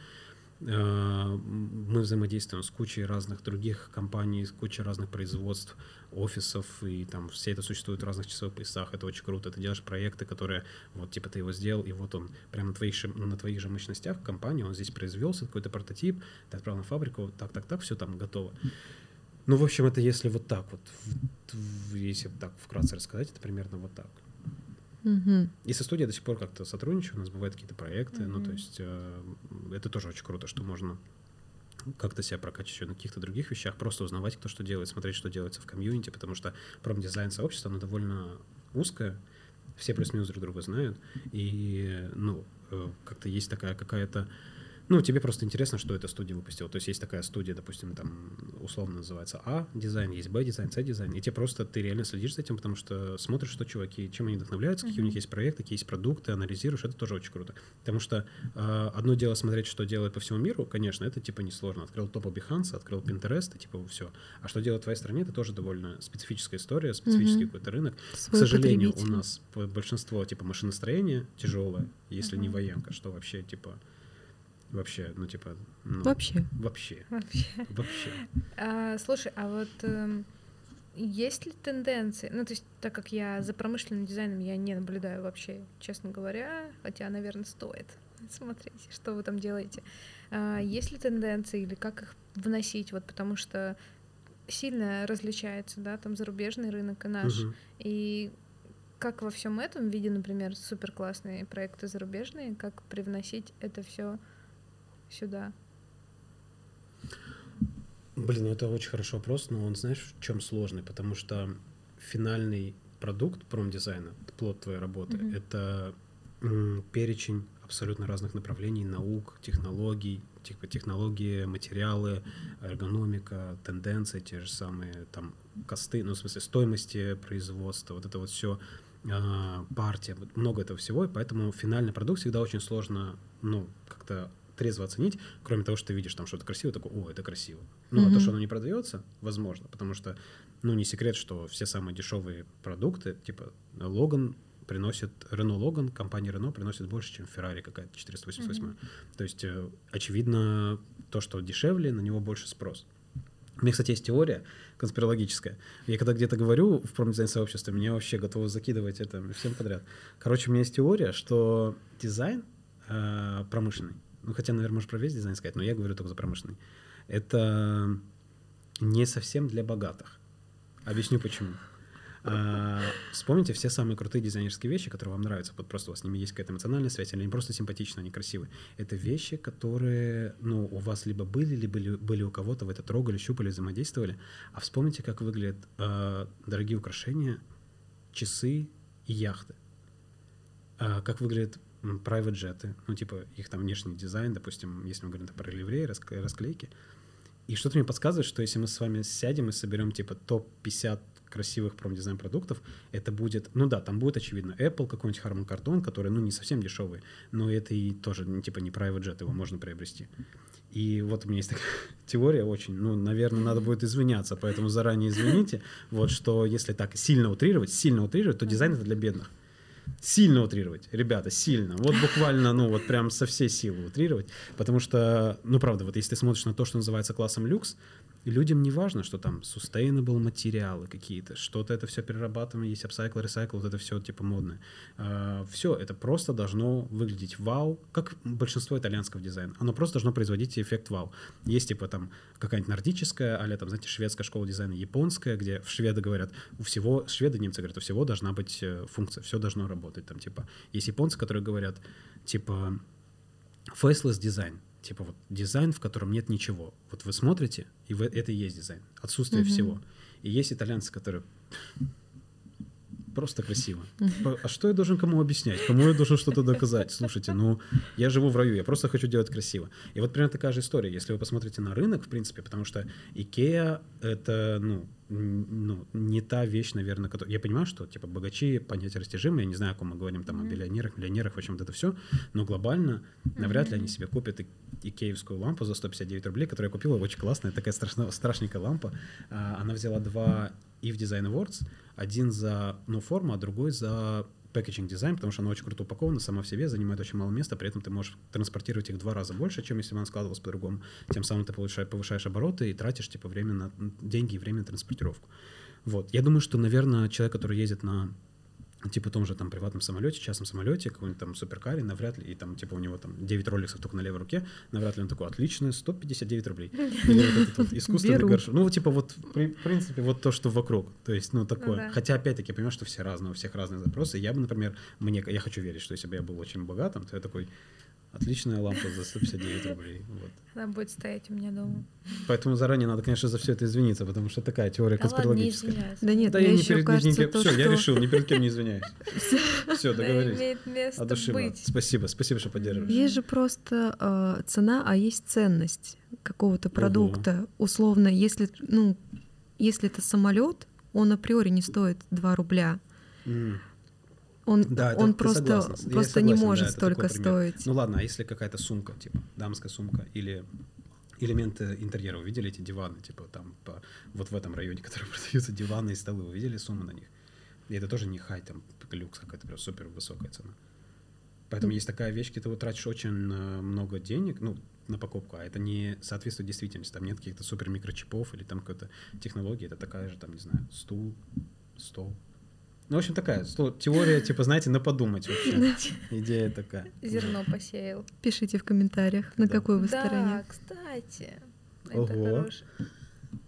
Мы взаимодействуем с кучей разных других компаний, с кучей разных производств, офисов, и там все это существует в разных часовых поясах. Это очень круто. Ты делаешь проекты, которые, вот, типа, ты его сделал, и вот он прямо на твоих, на твоих же мощностях в компании, он здесь произвелся, какой-то прототип, ты отправил на фабрику, так-так-так, все там готово. Ну, в общем, это если вот так вот, если так вкратце рассказать, это примерно вот так. Mm-hmm. И со студией до сих пор как-то сотрудничаю, у нас бывают какие-то проекты, mm-hmm. ну, то есть э, это тоже очень круто, что можно как-то себя прокачивать еще на каких-то других вещах, просто узнавать, кто что делает, смотреть, что делается в комьюнити, потому что промдизайн-сообщество, оно довольно узкое, все плюс-минус друг друга знают, и, ну, э, как-то есть такая какая-то... Ну, тебе просто интересно, что эта студия выпустила. То есть есть такая студия, допустим, там условно называется А-дизайн, есть Б-дизайн, С-дизайн, и тебе просто, ты реально следишь за этим, потому что смотришь, что чуваки, чем они вдохновляются, mm-hmm. какие у них есть проекты, какие есть продукты, анализируешь, это тоже очень круто. Потому что э, одно дело смотреть, что делают по всему миру, конечно, это типа несложно. Открыл топ Behance, открыл Pinterest, и типа все. А что делать в твоей стране, это тоже довольно специфическая история, специфический mm-hmm. какой-то рынок. Свой К сожалению, у нас большинство типа машиностроения тяжелое, если mm-hmm. не военка, что вообще типа... Вообще, ну типа... Ну, вообще. Вообще. Вообще. Вообще. А, слушай, а вот э, есть ли тенденции? Ну, то есть, так как я за промышленным дизайном я не наблюдаю вообще, честно говоря, хотя, наверное, стоит смотреть, что вы там делаете. А, есть ли тенденции или как их вносить? Вот потому что сильно различается, да, там зарубежный рынок и наш. Угу. И как во всем этом, видя, например, супер классные проекты зарубежные, как привносить это все сюда? Блин, ну это очень хороший вопрос, но он, знаешь, в чем сложный, потому что финальный продукт промдизайна, плод твоей работы, mm-hmm. это м, перечень абсолютно разных направлений, наук, технологий, типа технологии, материалы, эргономика, тенденции, те же самые там косты, ну в смысле стоимости производства, вот это вот все, э, партия, много этого всего, и поэтому финальный продукт всегда очень сложно, ну как-то трезво оценить, кроме того, что ты видишь там что-то красивое, такой, о, это красиво. Ну, mm-hmm. а то, что оно не продается, возможно, потому что, ну, не секрет, что все самые дешевые продукты, типа Логан приносит, Рено Логан, компания Рено приносит больше, чем Феррари какая-то четыреста восемьдесят восемь. Mm-hmm. То есть, очевидно, то, что дешевле, на него больше спрос. У меня, кстати, есть теория конспирологическая. Я когда где-то говорю в промдизайн-сообществе, меня вообще готовы закидывать это всем подряд. Короче, у меня есть теория, что дизайн э, промышленный, ну, хотя, наверное, можно про весь дизайн сказать, но я говорю только за промышленный. Это не совсем для богатых. Объясню почему. А, вспомните все самые крутые дизайнерские вещи, которые вам нравятся. Вот просто у вас с ними есть какая-то эмоциональная связь, или они просто симпатичны, они красивые. Это вещи, которые, ну, у вас либо были, либо были, были у кого-то, вы это трогали, щупали, взаимодействовали. А вспомните, как выглядят а, дорогие украшения, часы и яхты. А, как выглядят private джеты, ну, типа, их там внешний дизайн, допустим, если мы говорим про ливреи, расклейки. И что-то мне подсказывает, что если мы с вами сядем и соберем, типа, топ пятьдесят красивых промдизайн-продуктов, это будет, ну да, там будет, очевидно, Apple, какой-нибудь Harman Kardon, который, ну, не совсем дешевый, но это и тоже, ну, типа, не private jet, его можно приобрести. И вот у меня есть такая теория очень, ну, наверное, надо будет извиняться, поэтому заранее извините, вот, что если так сильно утрировать, сильно утрировать, то дизайн — это для бедных. Сильно утрировать, ребята, сильно. Вот буквально, ну, вот прям со всей силы утрировать. Потому что, ну, правда, вот если ты смотришь на то, что называется классом люкс, людям не важно, что там sustainable материалы какие-то, что-то это все перерабатываем, есть upcycle, recycle, вот это все типа модное. Uh, все, это просто должно выглядеть вау, как большинство итальянского дизайна. Оно просто должно производить эффект вау. Есть типа там какая-нибудь нордическая, а-ля там, знаете, шведская школа дизайна, японская, где шведы говорят, у всего, шведы, немцы говорят, у всего должна быть функция, все должно работать. Там типа есть японцы, которые говорят, типа faceless дизайн. Типа вот дизайн, в котором нет ничего. Вот вы смотрите, и вы, это и есть дизайн. Отсутствие mm-hmm. всего. И есть итальянцы, которые просто красиво. Mm-hmm. А что я должен кому объяснять? Кому я должен что-то доказать? Слушайте, ну, я живу в раю, я просто хочу делать красиво. И вот примерно такая же история, если вы посмотрите на рынок, в принципе, потому что Икеа — это, ну, ну, не та вещь, наверное, которая... Я понимаю, что, типа, богачи, понятие растяжимое, я не знаю, о ком мы говорим, там, mm-hmm. о миллионерах, миллионерах, в общем, вот это все, но глобально mm-hmm. навряд ли они себе купят икеевскую лампу за сто пятьдесят девять рублей, которую я купила, очень классная, такая страшная, страшненькая лампа. Она взяла два ив Design Awards, один за, ну, форму, а другой за packaging дизайн, потому что она очень круто упакована сама в себе, занимает очень мало места, при этом ты можешь транспортировать их в два раза больше, чем если бы она складывалась по-другому. Тем самым ты повышаешь, повышаешь обороты и тратишь типа время на деньги и время на транспортировку. Вот. Я думаю, что, наверное, человек, который ездит на типа том же там приватном самолете, частном самолете, какой-нибудь там суперкаре, навряд ли, и там типа у него там девять роликсов только на левой руке, навряд ли он такой, отлично, сто пятьдесят девять рублей. Или вот этот вот искусственный горшок. Ну, типа вот, в принципе, вот то, что вокруг. То есть, ну, такое. Ну, да. Хотя, опять-таки, я понимаю, что все разные, у всех разные запросы. Я бы, например, мне, я хочу верить, что если бы я был очень богатым, то я такой, отличная лампа за сто пятьдесят девять рублей. Вот. Она будет стоять у меня дома. Поэтому заранее надо, конечно, за все это извиниться, потому что такая теория да конспирологическая. Ладно, не да нет, да я не перед кажется, никем... то, Все, что... я решил, ни перед кем не извиняюсь. Все, договорились. имеет место От души быть. Спасибо, спасибо, что поддерживаешь. Есть же просто э, цена, а есть ценность какого-то продукта. Ого. Условно, если, ну, если это самолет, он априори не стоит два рубля. Mm. Он, да, он это, просто, просто согласен, не может да, столько стоить. Ну ладно, а если какая-то сумка, типа дамская сумка или элементы интерьера, вы видели эти диваны, типа там по, вот в этом районе, которые продаются диваны и столы, вы видели сумму на них? И это тоже не хай, там люкс какая-то прям супер высокая цена. Поэтому mm. есть такая вещь, где ты вот тратишь очень много денег, ну, на покупку, а это не соответствует действительности. Там нет каких-то супер микрочипов или там какой-то технологии, это такая же, там, не знаю, стул, стол. Ну, в общем, такая теория, типа, знаете, на подумать вообще. Идея такая. Зерно посеял. Пишите в комментариях, на да. какой вы да, стороне. Да, кстати. Ого. Это хороший.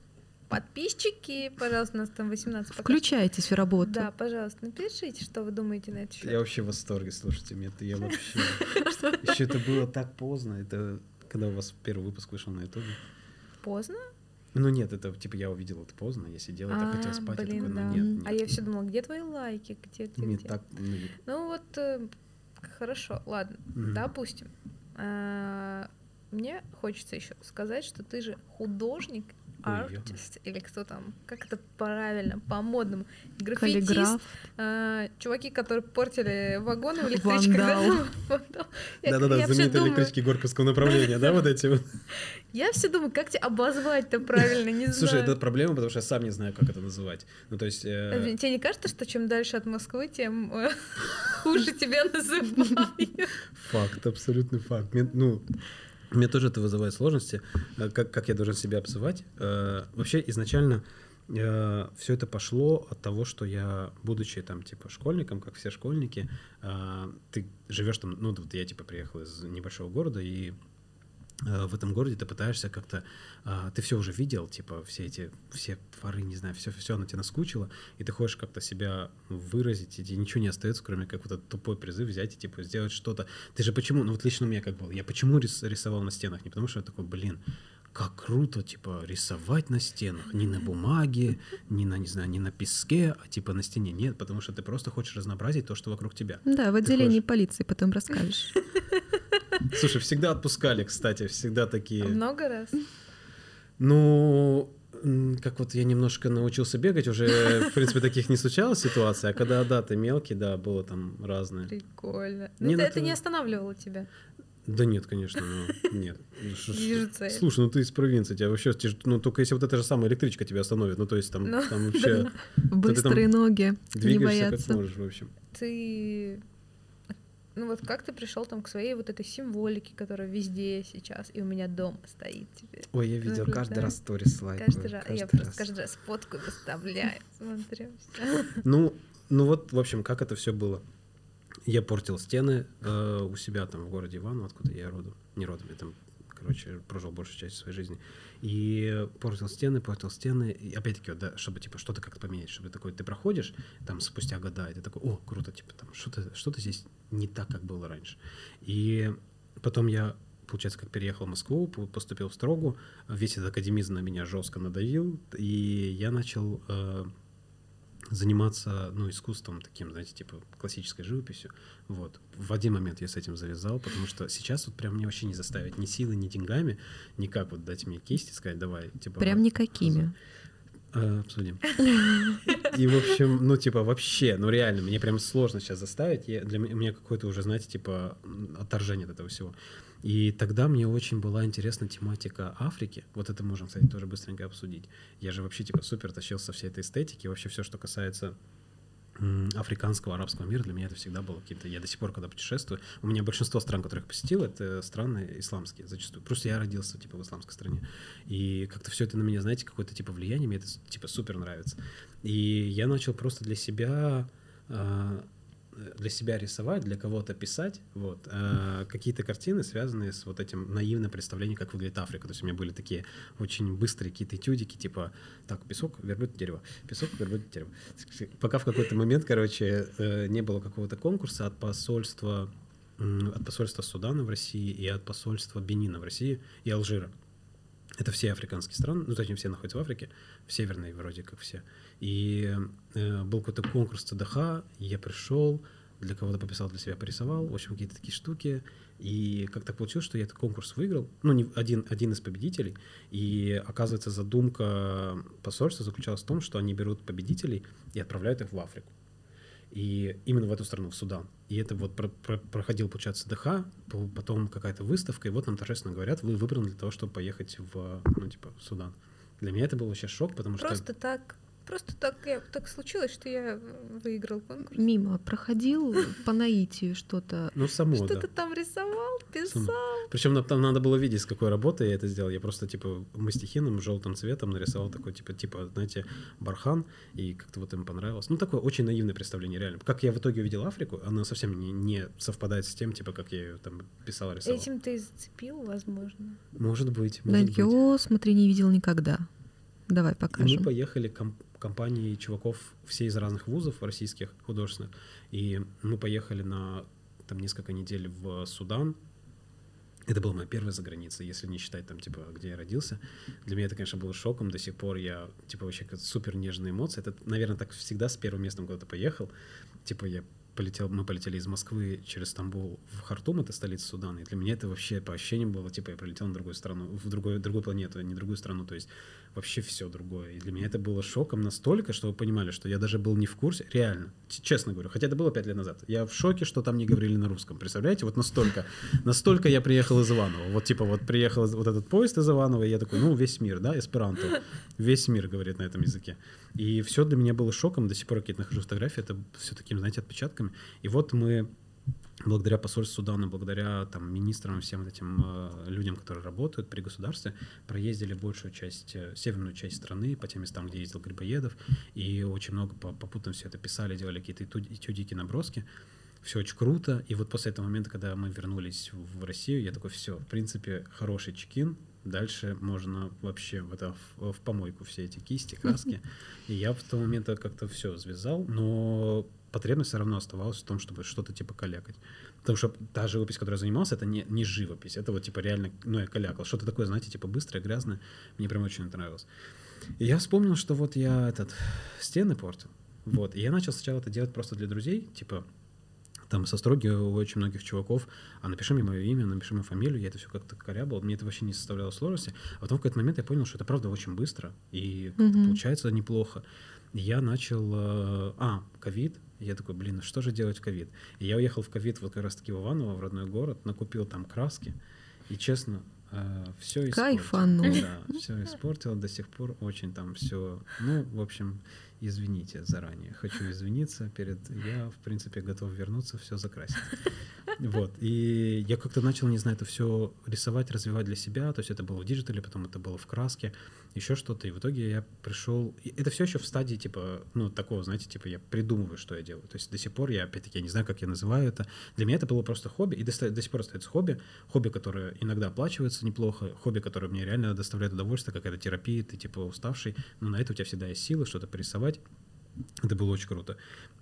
Подписчики, пожалуйста, у нас там восемнадцать. Включайтесь в работу. Да, пожалуйста, напишите, что вы думаете на это счет. Я вообще в восторге, слушайте, мне это я вообще... Еще это было так поздно, это когда у вас первый выпуск вышел на ютубе. Поздно? Ну нет, это типа я увидел это поздно, я сидел, я так хотел спать, я такой, ну нет, нет. А я все думала, где твои лайки, где, где, Не где? так, ну, Ну вот, э, хорошо, ладно, Мгм. допустим. А, Мне хочется еще сказать, что ты же художник, Ой, артист, или кто там, как это правильно, по-модному, граффитист, Каллиграф. а, чуваки, которые портили вагоны в электричках. Вандал. да, вандал. Я- Да-да-да, я всё знаменитые думаю- электрички Горьковского направления, да, вот эти вот. Я все думаю, как тебя обозвать-то правильно, не Слушай, знаю. это проблема, потому что я сам не знаю, как это называть. Ну, то есть... э, Подожди, тебе не кажется, что чем дальше от Москвы, тем э, хуже тебя называют? Факт, абсолютный факт. Мне, ну, мне тоже это вызывает сложности, э, как, как я должен себя обзывать. Э, Вообще, изначально все это пошло от того, что я, будучи там, типа, школьником, как все школьники, э, ты живешь там, ну, вот я, типа, приехал из небольшого города, и э, в этом городе ты пытаешься как-то, э, ты все уже видел, типа, все эти, все дворы, не знаю, все, все оно тебе наскучило, и ты хочешь как-то себя выразить, и тебе ничего не остается, кроме как вот этот тупой призыв взять и, типа, сделать что-то. Ты же почему, ну, вот лично у меня как было, я почему рис- рисовал на стенах? Не потому что я такой, блин, как круто, типа, рисовать на стенах, не на бумаге, не на, не знаю, не на песке, а типа на стене. Нет, потому что ты просто хочешь разнообразить то, что вокруг тебя. Да, в отделении хочешь- полиции потом расскажешь. Слушай, всегда отпускали, кстати, всегда такие... Много раз? Ну, м, как вот я немножко научился бегать, уже, в принципе, таких не случалось ситуаций, а когда, да, ты мелкий, да, было там разное. Прикольно. Не, Ну, ну это, это ты- не останавливало тебя? Да нет, конечно, ну, нет. Ну, ш- ш- Вижу цель. Слушай, ну ты из провинции, тебя вообще, те ж- ну только если вот эта же самая электричка тебя остановит, ну то есть там, Ну, там вообще Быстрые ноги, не двигаешься как бояться. можешь, в общем. Ты... Ну вот как ты пришел там к своей вот этой символике, которая везде сейчас, и у меня дома стоит теперь? Ой, я видел, Наблюдаю. каждый раз сторис лайкаю. Каждый раз. Я каждый просто раз. каждый раз фотку выставляю, смотрю. всё. Ну, ну вот, в общем, как это все было. Я портил стены э, у себя там в городе Иваново, откуда я родом. Не родом, я там, короче, прожил большую часть своей жизни. И портил стены, портил стены. И опять-таки, вот, да, чтобы типа что-то как-то поменять, чтобы такой ты проходишь там спустя года, и ты такой, о, круто, типа там что-то, что-то здесь не так, как было раньше. И потом я, получается, как переехал в Москву, по- поступил в Строгу, весь этот академизм на меня жестко надавил, и я начал э, заниматься, ну, искусством таким, знаете, типа классической живописью. Вот. В один момент я с этим завязал, потому что сейчас вот прям мне вообще не заставить ни силы, ни деньгами, никак вот дать мне кисть и сказать, давай, типа... Прям никакими. Э, обсудим. И, в общем, ну, типа, вообще, ну, реально, мне прям сложно сейчас заставить. Я, для меня, у меня какое-то уже, знаете, типа, м, отторжение от этого всего. И тогда мне очень была интересна тематика Африки. Вот это можем, кстати, тоже быстренько обсудить. Я же вообще, типа, супер тащился всей этой эстетики. Вообще все, что касается м, африканского, арабского мира, для меня это всегда было какие-то... Я до сих пор, когда путешествую, у меня большинство стран, которых посетил, это страны исламские зачастую. Просто я родился, типа, в исламской стране. И как-то все это на меня, знаете, какое-то, типа, влияние, мне это, типа, супер нравится. И я начал просто для себя... а, для себя рисовать, для кого-то писать, вот, э, какие-то картины, связанные с вот этим наивным представлением, как выглядит Африка. То есть у меня были такие очень быстрые какие-то этюдики, типа, так, песок, верблюд, дерево, песок, верблюд, дерево. Пока в какой-то момент, короче, э, не было какого-то конкурса от посольства, м, от посольства Судана в России и от посольства Бенина в России и Алжира. Это все африканские страны, ну, точнее, все находятся в Африке, в северной вроде как все. И э, был какой-то конкурс ЦДХ, я пришел, для кого-то пописал, для себя порисовал, в общем, какие-то такие штуки. И как так получилось, что я этот конкурс выиграл, ну, не один, один из победителей. И, оказывается, задумка посольства заключалась в том, что они берут победителей и отправляют их в Африку. И именно в эту страну, в Судан. И это вот про- про- проходил, получается, ЦДХ, по- потом какая-то выставка, и вот нам торжественно говорят, вы выбраны для того, чтобы поехать в, ну, типа, в Судан. Для меня это был вообще шок, потому что... Просто так, просто так, я, так случилось, что я выиграл конкурс. Мимо проходил по наитию что-то. Ну, само, Что да. ты там рисовал, писал? Причем там надо было видеть, с какой работой я это сделал. Я просто, типа, мастихином, желтым цветом нарисовал такой, типа, типа, знаете, бархан, и как-то вот им понравилось. Ну, такое очень наивное представление, реально. Как я в итоге увидел Африку, оно совсем не, не совпадает с тем, типа, как я ее там писал, рисовал. Этим ты и зацепил, возможно. Может быть, может быть. Даньё, смотри, не видел никогда. Давай И покажем. мы поехали комп- компанией чуваков, все из разных вузов российских художественных, и мы поехали на там несколько недель в Судан. Это была моя первая заграница, если не считать там, типа, где я родился. Для меня это, конечно, было шоком. До сих пор я, типа, вообще супер нежные эмоции. Это, наверное, так всегда с первым местом куда-то поехал. Типа, я полетел, мы полетели из Москвы через Стамбул в Хартум, это столица Судана. И для меня это вообще по ощущениям было, типа, я прилетел на другую страну, в другую, другую планету, а не другую страну. То есть вообще все другое. И для меня это было шоком настолько, что вы понимали, что я даже был не в курсе, реально, честно говорю, хотя это было пять лет назад. Я в шоке, что там не говорили на русском. Представляете? Вот настолько, настолько я приехал из Иваново. Вот типа вот приехал вот этот поезд из Иваново, и я такой, ну, весь мир, да, эсперанто. Весь мир говорит на этом языке. И все для меня было шоком. До сих пор какие-то нахожу фотографии, это все такими, знаете, отпечатками. И вот мы благодаря посольству Судана, благодаря там, министрам и всем этим э, людям, которые работают при государстве, проездили большую часть, э, северную часть страны по тем местам, где ездил Грибоедов, и очень много попутно все это писали, делали какие-то этюдики, наброски. Все очень круто. И вот после этого момента, когда мы вернулись в Россию, я такой, все, в принципе, хороший чекин. Дальше можно вообще в, это, в, в помойку все эти кисти, краски. И я в тот момент как-то все связал, но потребность все равно оставалась в том, чтобы что-то типа калякать. Потому что та живопись, которой я занимался, это не, не живопись, это вот типа реально, ну, я калякал. Что-то такое, знаете, типа быстрое, грязное. Мне прям очень это нравилось. И я вспомнил, что вот я этот, стены портил. Вот. И я начал сначала это делать просто для друзей, типа там со строги у очень многих чуваков, а напиши мне мое имя, напиши мою фамилию, я это все как-то корябал, мне это вообще не составляло сложности. А потом в какой-то момент я понял, что это правда очень быстро, и mm-hmm. получается неплохо. И я начал... А, ковид. Я такой, блин, ну что же делать в ковид? И я уехал в ковид вот как раз-таки в Иваново, в родной город, накупил там краски, и честно, все испортил. Кайфанул. Да, все испортил, до сих пор очень там все... Ну, в общем... Извините заранее. Хочу извиниться перед... Я, в принципе, готов вернуться, все закрасить. Вот. И я как-то начал, не знаю, это все рисовать, развивать для себя. То есть это было в диджитале, потом это было в краске, еще что-то. И в итоге я пришел... И это все еще в стадии, типа, ну, такого, знаете, типа, я придумываю, что я делаю. То есть до сих пор я, опять-таки, я не знаю, как я называю это. Для меня это было просто хобби. И до, до сих пор остается хобби. Хобби, которое иногда оплачивается неплохо. Хобби, которое мне реально доставляет удовольствие, какая-то терапия. Ты, типа, уставший. Но на это у тебя всегда есть силы, что-то порисовать. Это было очень круто.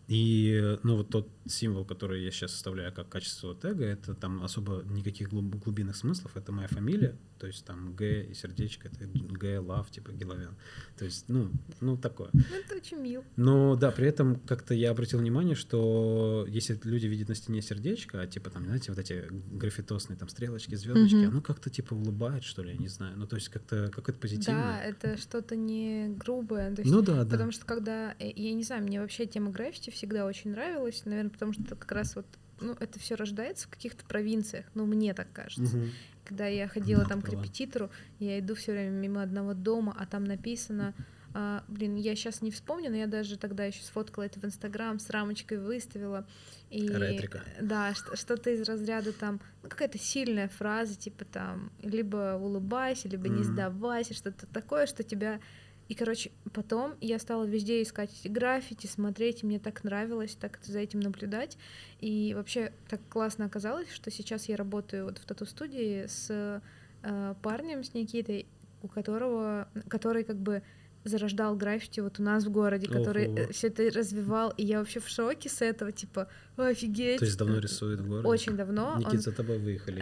И, ну, вот тот символ, который я сейчас составляю как качество тега, это там особо никаких глубинных смыслов, это моя фамилия, то есть там Г и сердечко, это Г, Лав, типа Геловян. То есть, ну, ну такое. Это очень мило. Но, да, при этом как-то я обратил внимание, что если люди видят на стене сердечко, а типа там, знаете, вот эти граффитосные там стрелочки, звездочки, mm-hmm. оно как-то типа улыбает, что ли, я не знаю. Ну, то есть как-то какое-то позитивное. Да, это что-то не грубое. То есть, ну да, да. Потому что когда, я не знаю, мне вообще тема граффити всегда очень нравилась, наверное, потому что как раз вот, ну, это все рождается в каких-то провинциях, ну, мне так кажется. Угу. Когда я ходила да, там к репетитору, я иду все время мимо одного дома, а там написано, а, блин, я сейчас не вспомню, но я даже тогда еще сфоткала это в Инстаграм, с рамочкой выставила. И, Ретрика. Да, что-то из разряда там, ну, какая-то сильная фраза, типа там, либо улыбайся, либо mm-hmm. не сдавайся, что-то такое, что тебя... И, короче, потом я стала везде искать эти граффити, смотреть, и мне так нравилось, так за этим наблюдать. И вообще так классно оказалось, что сейчас я работаю вот в тату-студии с э, парнем, с Никитой, у которого, который как бы зарождал граффити вот у нас в городе, который uh-huh. все это развивал, и я вообще в шоке с этого, типа, офигеть. То есть давно рисует в городе? Очень давно. Никита, он... за тобой выехали.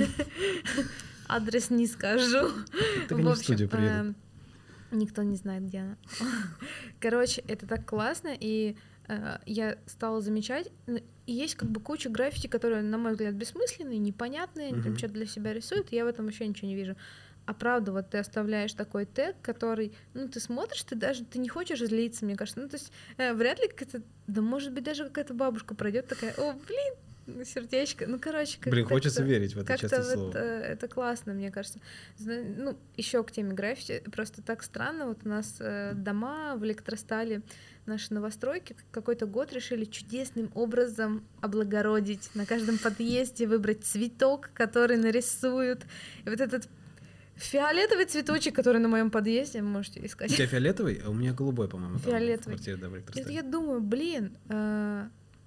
Адрес не скажу. Так они в студию приедут. Никто не знает, где она. Короче, это так классно, и э, я стала замечать, и есть как бы куча граффити, которые, на мой взгляд, бессмысленные, непонятные, они uh-huh. там что-то для себя рисуют, и я в этом вообще ничего не вижу. А правда, вот ты оставляешь такой тег, который, ну, ты смотришь, ты даже, ты не хочешь злиться, мне кажется, ну, то есть э, вряд ли какая-то, да, может быть, даже какая-то бабушка пройдет такая, о, блин, сердечко, ну, короче, как Блин, хочется верить в это частое вот слово. Это, это классно, мне кажется. Ну, еще к теме граффити, просто так странно, вот у нас э, дома в Электростале, наши новостройки, какой-то год решили чудесным образом облагородить, на каждом подъезде выбрать цветок, который нарисуют, и вот этот фиолетовый цветочек, который на моем подъезде, можете искать. У тебя фиолетовый, а у меня голубой, по-моему. Фиолетовый. Там, в квартире, да, в и я думаю, блин, э,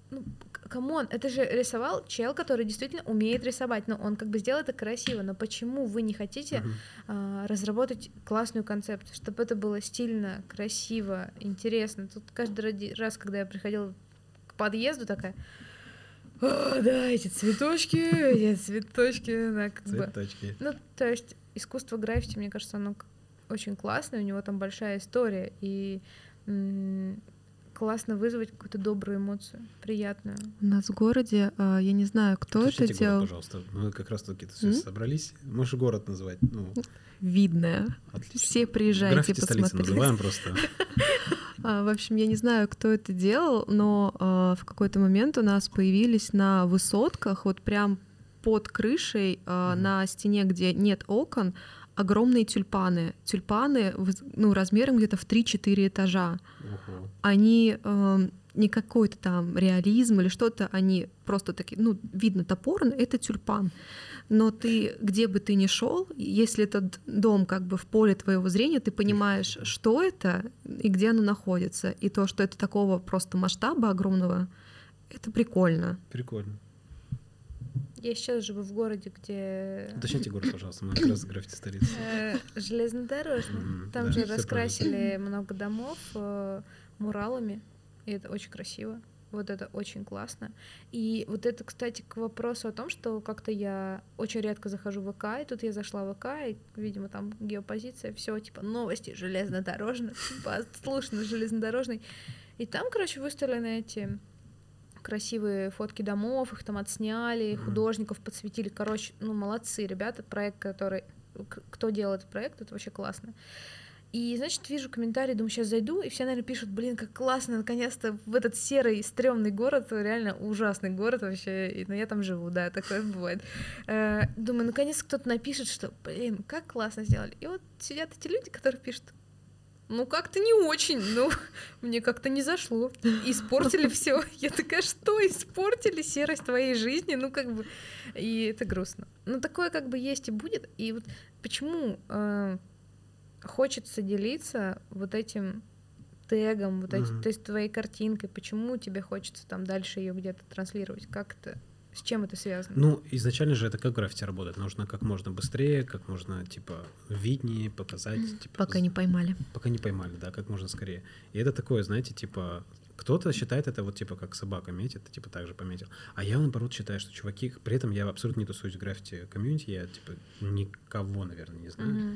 ну, камон, это же рисовал чел, который действительно умеет рисовать, но он как бы сделал это красиво, но почему вы не хотите Мгм. а, разработать классную концепцию, чтобы это было стильно, красиво, интересно? Тут каждый ради- раз, когда я приходила к подъезду, такая: «О, да, эти цветочки, эти цветочки, да, как бы». Цветочки. Ну, то есть искусство граффити, мне кажется, оно к- очень классное, у него там большая история, и м, классно вызвать какую-то добрую эмоцию, приятную. У нас в городе, а, я не знаю, кто это Уточните город, делал, пожалуйста. Мы как раз таки М? собрались. Можешь город называть. Ну, видное. отлично. Все приезжайте Граффити столицы посмотреть. называем просто. А, В общем, я не знаю, кто это делал, но а, в какой-то момент у нас появились на высотках, вот прям под крышей, а, Мгм. на стене, где нет окон, огромные тюльпаны. Тюльпаны, выз- ну, размером где-то в три-четыре этажа. Ого. Они эм, не какой-то там реализм или что-то, они просто такие, ну, видно, топор — это тюльпан. Но ты, где бы ты ни шел, если этот дом как бы в поле твоего зрения, ты понимаешь, что это и где оно находится. И то, что это такого просто масштаба огромного, это прикольно. Прикольно. Я сейчас живу в городе, где Уточните город, пожалуйста. Мы как раз граффити столицы. э, железнодорожный. Мгм, Там да, же всё раскрасили много домов э, муралами, и это очень красиво. Вот это очень классно. И вот это, кстати, к вопросу о том, что как-то я очень редко захожу в ВК, и тут я зашла в ВК, и, видимо, там геопозиция, все типа новости железнодорожных, послушно железнодорожный. И там, короче, выставлены эти красивые фотки домов, их там отсняли, Мгм. художников подсветили. Короче, ну, молодцы ребята, проект, который... к- Кто делал этот проект, это вообще классно. И, значит, вижу комментарии, думаю, сейчас зайду, и все, наверное, пишут: блин, как классно, наконец-то в этот серый, стрёмный город, реально ужасный город вообще, и, ну, я там живу, да, такое бывает. Э, Думаю, наконец кто-то напишет, что, блин, как классно сделали. И вот сидят эти люди, которые пишут: ну, как-то не очень, ну, мне как-то не зашло. Испортили все. Я такая: что испортили? Серость твоей жизни? Ну, как бы, и это грустно. Ну, такое как бы есть и будет. И вот почему э, хочется делиться вот этим тегом, вот этим, Мгм. то есть твоей картинкой, почему тебе хочется там дальше ее где-то транслировать? Как это, с чем это связано? Ну, изначально же это как граффити работает. Нужно как можно быстрее, как можно, типа, виднее показать. Типа, Пока з- не поймали. Пока не поймали, да, как можно скорее. И это такое, знаете, типа, кто-то считает это вот, типа, как собака метит, типа, так же пометил. А я, наоборот, считаю, что чуваки... При этом я абсолютно не тусуюсь в граффити-комьюнити, я, типа, никого, наверное, не знаю. Мгм.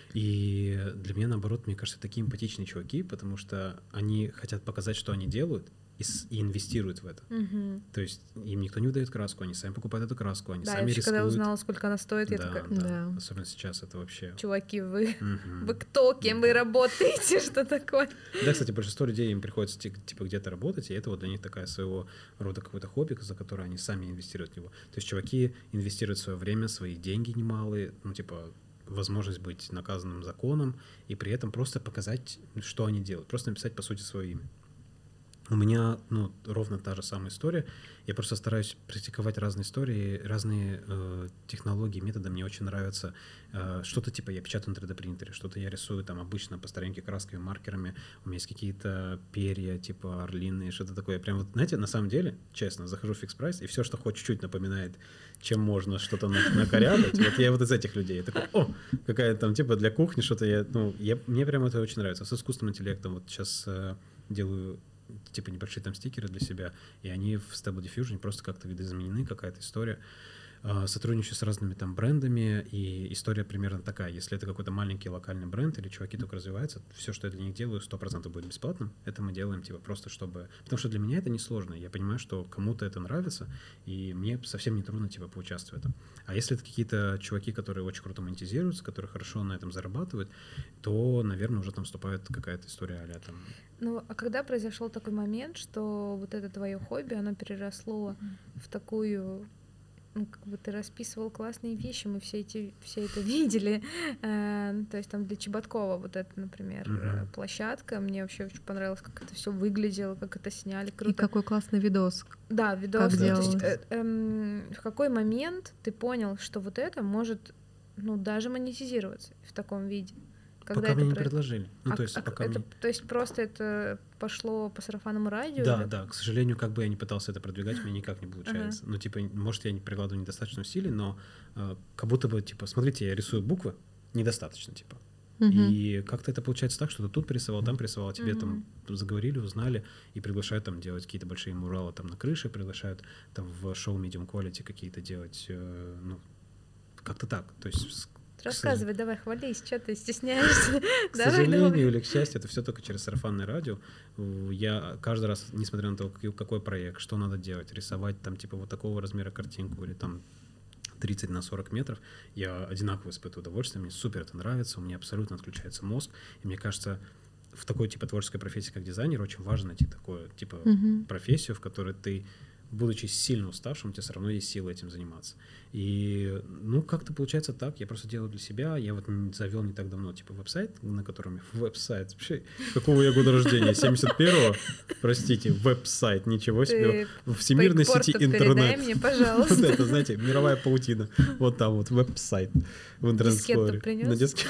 И для меня, наоборот, мне кажется, такие эмпатичные чуваки, потому что они хотят показать, что они делают, и, с- и инвестируют в это. Мгм. То есть им никто не выдает краску, они сами покупают эту краску, они Да, я сами вообще, когда рискуют. узнала, сколько она стоит, я Да, такая: да. Да. Особенно сейчас это вообще... чуваки, вы, Мгм. вы кто, кем вы работаете, что такое? Да, кстати, большинство людей им приходится ти- типа где-то работать, и это вот для них такая своего рода какой-то хобби, за которое они сами инвестируют в него. То есть чуваки инвестируют свое время, свои деньги немалые, ну типа возможность быть наказанным законом, и при этом просто показать, что они делают, просто написать по сути свое имя. У меня, ну, ровно та же самая история. Я просто стараюсь практиковать разные истории, разные э, технологии, методы. Мне очень нравится э, что-то типа я печатаю на три дэ принтере, что-то я рисую там обычно по старинке красками, маркерами. У меня есть какие-то перья, типа орлиные, что-то такое. Я прям вот, знаете, на самом деле, честно, захожу в фикс прайс, и все, что хоть чуть-чуть напоминает, чем можно что-то на- накорябать, вот я вот из этих людей. Я такой: о, какая там типа для кухни что-то. Я, ну, я, мне прям это очень нравится. С искусственным интеллектом вот сейчас э, делаю типа небольшие там стикеры для себя, и они в Stable Diffusion просто как-то видоизменены, какая-то история. А, Сотрудничаю с разными там брендами, и история примерно такая. Если это какой-то маленький локальный бренд или чуваки только развиваются, все, что я для них делаю, сто процентов будет бесплатным. Это мы делаем типа просто чтобы... Потому что для меня это несложно. Я понимаю, что кому-то это нравится, и мне совсем не трудно типа поучаствовать в этом. А если это какие-то чуваки, которые очень круто монетизируются, которые хорошо на этом зарабатывают, то, наверное, уже там вступает какая-то история а-ля там... Ну, а когда произошел такой момент, что вот это твое хобби, оно переросло в такую, ну, как бы ты расписывал классные вещи, мы все эти, все это видели, Э, ну, то есть там для Чеботкова вот это, например, Мгм. э, площадка, мне вообще очень понравилось, как это все выглядело, как это сняли, И круто. какой классный видос. Да, видос. как ну, то есть, делалось. э, эм, в какой момент ты понял, что вот это может, ну, даже монетизироваться в таком виде? Когда пока это мне не про- предложили. Ну, А- то есть, а пока это, мне... то есть просто это пошло по сарафанному радио? Да, или- да, к сожалению, как бы я не пытался это продвигать, у меня никак не получается. Ну, типа, может, я не прикладываю недостаточно усилий, но э, как будто бы, типа, смотрите, я рисую буквы, недостаточно, типа. Мгм. И как-то это получается так, что ты тут пририсовал, там пририсовал, а тебе там заговорили, узнали и приглашают там делать какие-то большие муралы там на крыше, приглашают там в шоу Medium Quality какие-то делать, э, ну, как-то так. То есть, с- к Рассказывай, давай, хвались, что ты стесняешься? К Давай, сожалению давай. или к счастью, это все только через сарафанное радио. Я каждый раз, несмотря на то, какой- какой проект, что надо делать, рисовать там типа вот такого размера картинку или там тридцать на сорок метров, я одинаково испытываю удовольствие, мне супер это нравится, у меня абсолютно отключается мозг, и мне кажется, в такой типа творческой профессии, как дизайнер, очень важно найти такую типа Мгм. профессию, в которой ты, будучи сильно уставшим, у тебя все равно есть силы этим заниматься. И, ну, как-то получается так, я просто делаю для себя, я вот н- завел не так давно, типа, веб-сайт, на котором я... Веб-сайт, вообще, какого я года рождения? семьдесят первого? Простите, веб-сайт, ничего себе. Ты В всемирной по сети экспорту передай интернет. мне, Вот пожалуйста. это, знаете, мировая паутина. Вот там вот веб-сайт в интернет Дискету принёс? На диске.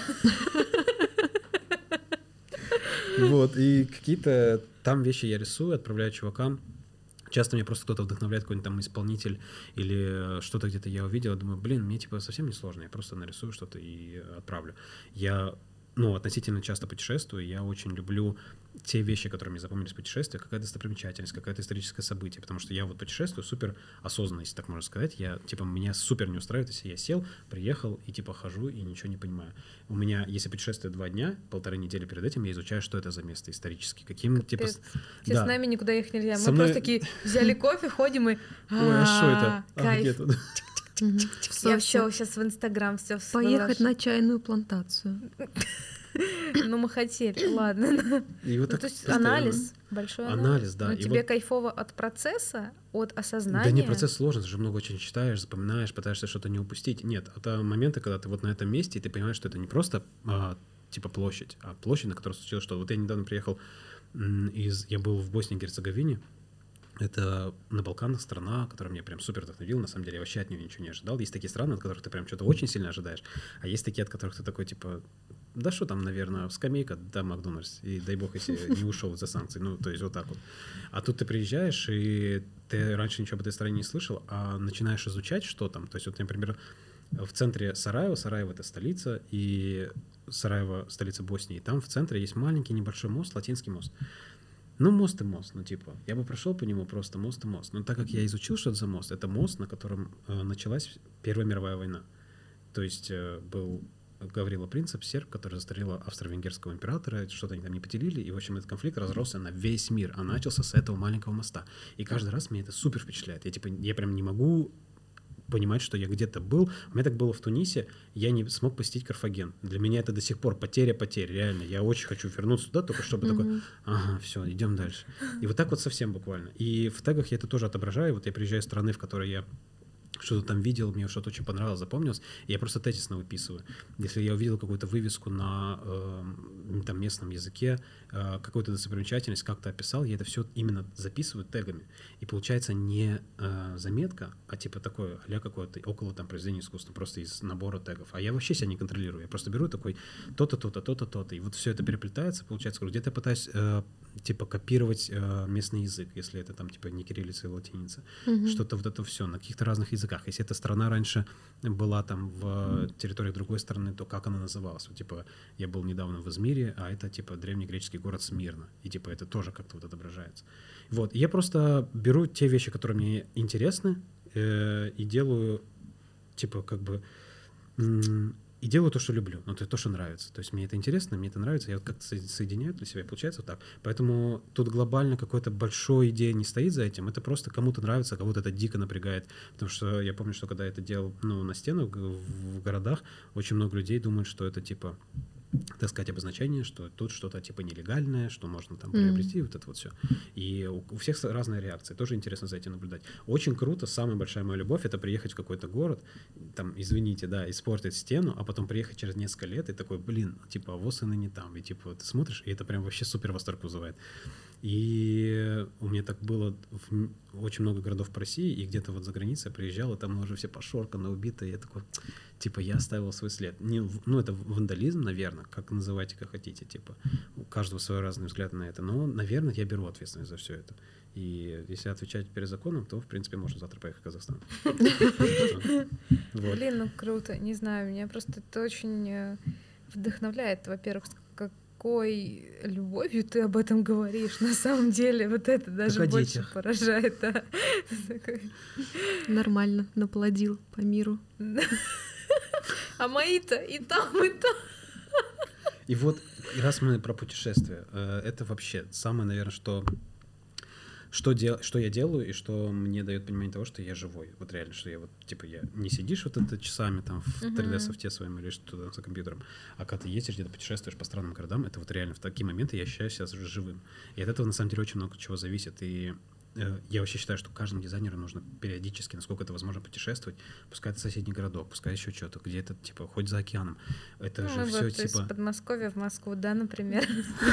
Вот, и какие-то там вещи я рисую, отправляю чувакам. Часто меня просто кто-то вдохновляет, какой-нибудь там исполнитель или э, что-то где-то я увидел, думаю, блин, мне типа совсем не сложно, я просто нарисую что-то и отправлю. Я, ну, относительно часто путешествую, я очень люблю те вещи, которые мне запомнились в путешествии, какая-то достопримечательность, какое-то историческое событие, потому что я вот путешествую супер осознанно, если так можно сказать, я, типа, меня супер не устраивает, если я сел, приехал и, типа, хожу и ничего не понимаю. У меня, если путешествие два дня, полторы недели перед этим, я изучаю, что это за место исторически, каким, типа... Капец. Тебе да. с нами никуда ехать нельзя. Со Мы мной- просто такие взяли кофе, ходим и... Ой, а что это? «А, А, где Кайф. тут? Мгм. Я Всё, все сейчас в Инстаграм все Поехать на чайную плантацию. Ну, мы хотели, ладно. И вот Ну, так то есть постоянно. анализ, большой анализ. Анализ, да. Но И тебе вот- кайфово от процесса, от осознания. Да не, процесс сложный, ты же много очень читаешь, запоминаешь, пытаешься что-то не упустить. Нет, это моменты, когда ты вот на этом месте, и ты понимаешь, что это не просто а, типа площадь, а площадь, на которой случилось что. Вот я недавно приехал м, из... Я был в Боснии и Герцеговине. Это на Балканах страна, которая меня прям супер вдохновила. На самом деле, я вообще от нее ничего не ожидал. Есть такие страны, от которых ты прям что-то очень сильно ожидаешь, а есть такие, от которых ты такой, типа, да что там, наверное, скамейка, да, Макдональдс, и дай бог, если не ушел из-за санкций. Ну, то есть вот так вот. А тут ты приезжаешь, и ты раньше ничего об этой стране не слышал, а начинаешь изучать, что там. То есть вот, например, в центре Сараева, Сараево — это столица, и Сараево — столица Боснии, и там в центре есть маленький небольшой мост, Латинский мост. Ну, мост и мост, ну, типа, я бы прошел по нему просто мост и мост. Но так как я изучил, что это за мост, это мост, на котором э, началась Первая мировая война. То есть э, был Гаврила Принцип, серб, который застрелил австро-венгерского императора, что-то они там не поделили, и, в общем, этот конфликт разросся на весь мир, а начался с этого маленького моста. И каждый раз меня это супер впечатляет. Я, типа, я прям не могу понимать, что я где-то был. У меня так было в Тунисе, я не смог посетить Карфаген. Для меня это до сих пор потеря потерь, реально. Я очень хочу вернуться туда, только чтобы Мгм. такой, ага, все, идем дальше. И вот так вот совсем буквально. И в тегах я это тоже отображаю. Вот я приезжаю из страны, в которой я что-то там видел, мне что-то очень понравилось, запомнилось, и я просто тезисно выписываю. Если я увидел какую-то вывеску на э, там, местном языке, э, какую-то достопримечательность, как-то описал, я это все именно записываю тегами. И получается не э, заметка, а типа такое а-ля какое-то около там произведения искусства, просто из набора тегов. А я вообще себя не контролирую. Я просто беру такой то-то, то-то, то-то, то-то. И вот все это переплетается, получается, где-то я пытаюсь э, типа копировать э, местный язык, если это там типа не кириллица и латиница. Мгм. Что-то вот это все на каких-то разных языках. Если эта страна раньше была там в территории другой страны, то как она называлась? Вот, типа, я был недавно в Измире, а это типа древнегреческий город Смирна. И типа это тоже как-то вот отображается. Вот. И я просто беру те вещи, которые мне интересны, э, и делаю типа как бы м- и делаю то, что люблю, ну, то, то, что нравится. То есть мне это интересно, мне это нравится, я вот как-то со- соединяю для себя, и получается вот так. Поэтому тут глобально какой-то большой идея не стоит за этим, это просто кому-то нравится, кого-то это дико напрягает. Потому что я помню, что когда я это делал, ну, на стенах в, в городах, очень много людей думают, что это типа, так сказать, обозначение, что тут что-то типа нелегальное, что можно там приобрести, mm. вот это вот все. И у, у всех разная реакция, тоже интересно за этим наблюдать. Очень круто, самая большая моя любовь — это приехать в какой-то город, там, извините, да, испортить стену, а потом приехать через несколько лет и такой, блин, типа, а вот и не там, и типа ты смотришь, и это прям вообще супер восторг вызывает. И у меня так было в очень много городов по России, и где-то вот за границей я приезжал, и там уже все пошорканы, убиты, и я такой, типа, я оставил свой след. Не, ну, это вандализм, наверное, как называйте, как хотите, типа, у каждого свой разный взгляд на это, но, наверное, я беру ответственность за все это. И если отвечать перед законом, то, в принципе, можно завтра поехать в Казахстан. Блин, ну круто, не знаю, меня просто это очень вдохновляет, во-первых, какой любовью ты об этом говоришь. На самом деле, вот это даже больше поражает. Да. Нормально, наплодил по миру. А мои-то и там, и там. И вот, раз мы про путешествия, это вообще самое, наверное, что... Что, дел, что я делаю и что мне дает понимание того, что я живой. Вот реально, что я вот, типа, я не сидишь вот это часами там в три дэ-софте своем или что-то за компьютером, а когда ты ездишь где-то, путешествуешь по странным городам, это вот реально в такие моменты я ощущаю себя живым. И от этого, на самом деле, очень много чего зависит. И э, я вообще считаю, что каждому дизайнеру нужно периодически, насколько это возможно, путешествовать, пускай это соседний городок, пускай еще что-то, где-то, типа, хоть за океаном. Это ну, же мы все вот типа... из Подмосковья в Москву, да, например.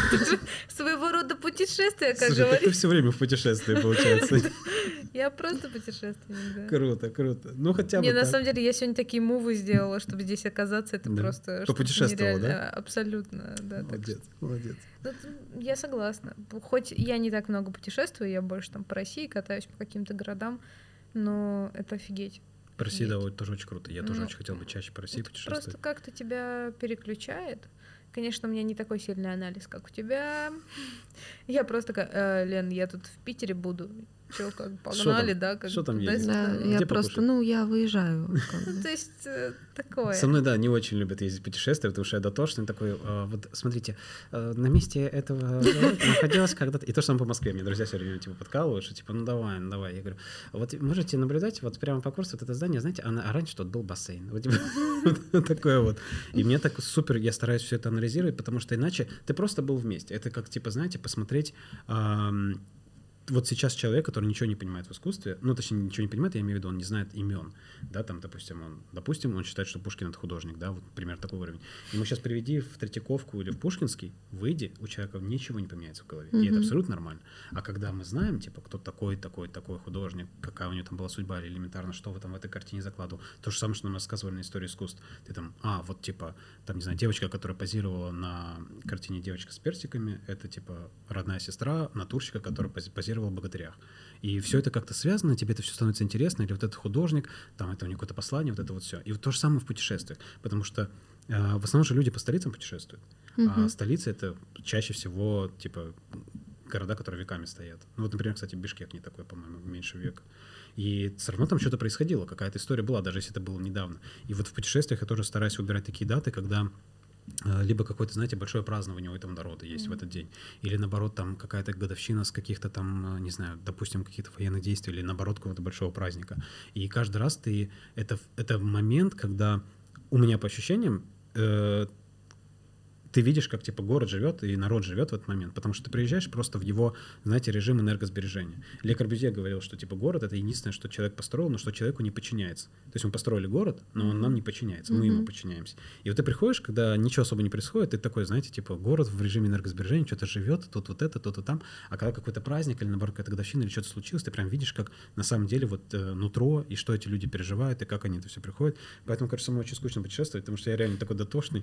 Своего рода путешествие, как Слушай, говорится. ты все время в путешествии, получается. Я просто путешественник, да. Круто, круто. Ну, хотя бы Не, на так. самом деле, я сегодня такие мувы сделала, чтобы здесь оказаться, это Да. просто... Попутешествовала, да? Абсолютно, да. Молодец, молодец. Ну, я согласна. Хоть я не так много путешествую, я больше там по России катаюсь, по каким-то городам, но это офигеть. По России, да, вот тоже очень круто. Я тоже Ну, очень хотел бы чаще по России это путешествовать. просто как-то тебя переключает. Конечно, у меня не такой сильный анализ, как у тебя. Я просто такая, э, Лен, я тут в Питере буду. Чё, как, погнали, да? Как Что там туда ездить? Да, Где я покушать? просто, ну, я выезжаю. как бы. Ну, то есть э, такое. Со мной, да, не очень любят ездить в путешествия, потому что я дотошный такой. э, вот смотрите, э, на месте этого находилась когда-то... И то же самое по Москве. Мне друзья все время типа подкалывают, что типа, ну давай, ну давай. Я говорю, вот можете наблюдать вот прямо по курсу вот это здание, знаете, а, на- а раньше тут был бассейн. Вот, типа, вот такое вот. И мне так супер, я стараюсь все это анализировать, потому что иначе ты просто был вместе. Это как, типа, знаете, посмотреть... ам, вот сейчас человек, который ничего не понимает в искусстве, ну, точнее, ничего не понимает, я имею в виду, он не знает имен, да, там, допустим, он, допустим, он считает, что Пушкин — это художник, да, вот, примерно такой уровень. Ему сейчас приведи в Третьяковку или в Пушкинский, выйди, у человека ничего не поменяется в голове, mm-hmm. и это абсолютно нормально. А когда мы знаем, типа, кто такой, такой, такой художник, какая у него там была судьба, или элементарно, что вы там в этой картине закладывал, то же самое, что нам рассказывали на истории искусств, ты там, а, вот, типа, там, не знаю, девочка, которая позировала на картине «Девочка с персиками», это, типа, родная сестра натурщика, который позировал в «Богатырях». И все это как-то связано, тебе это все становится интересно, или вот этот художник, там это у него какое-то послание, вот это вот все. И вот то же самое в путешествиях, потому что э, в основном же люди по столицам путешествуют, uh-huh. а столица — это чаще всего, типа, города, которые веками стоят. Ну вот, например, кстати, Бишкек не такой, по-моему, меньше века. И все равно там что-то происходило, какая-то история была, даже если это было недавно. И вот в путешествиях я тоже стараюсь выбирать такие даты, когда либо какое-то, знаете, большое празднование у этого народа есть mm-hmm. в этот день, или наоборот там какая-то годовщина с каких-то там, не знаю, допустим, каких-то военных действий, или наоборот какого-то большого праздника. И каждый раз ты... Это, это момент, когда у меня по ощущениям э, ты видишь, как, типа, город живет и народ живет в этот момент, потому что ты приезжаешь просто в его, знаете, режим энергосбережения. Ле Корбюзье говорил, что, типа, город — это единственное, что человек построил, но что человеку не подчиняется. То есть мы построили город, но он нам не подчиняется, мы mm-hmm. ему подчиняемся. И вот ты приходишь, когда ничего особо не происходит, ты такой, знаете, типа, город в режиме энергосбережения, что-то живет, тут вот это, тут вот там, а когда какой-то праздник или, наоборот, какая-то годовщина или что-то случилось, ты прям видишь, как на самом деле вот э, нутро, и что эти люди переживают, и как они это все приходят. Поэтому, кажется, мне очень скучно путешествовать, потому что я реально такой дотошный.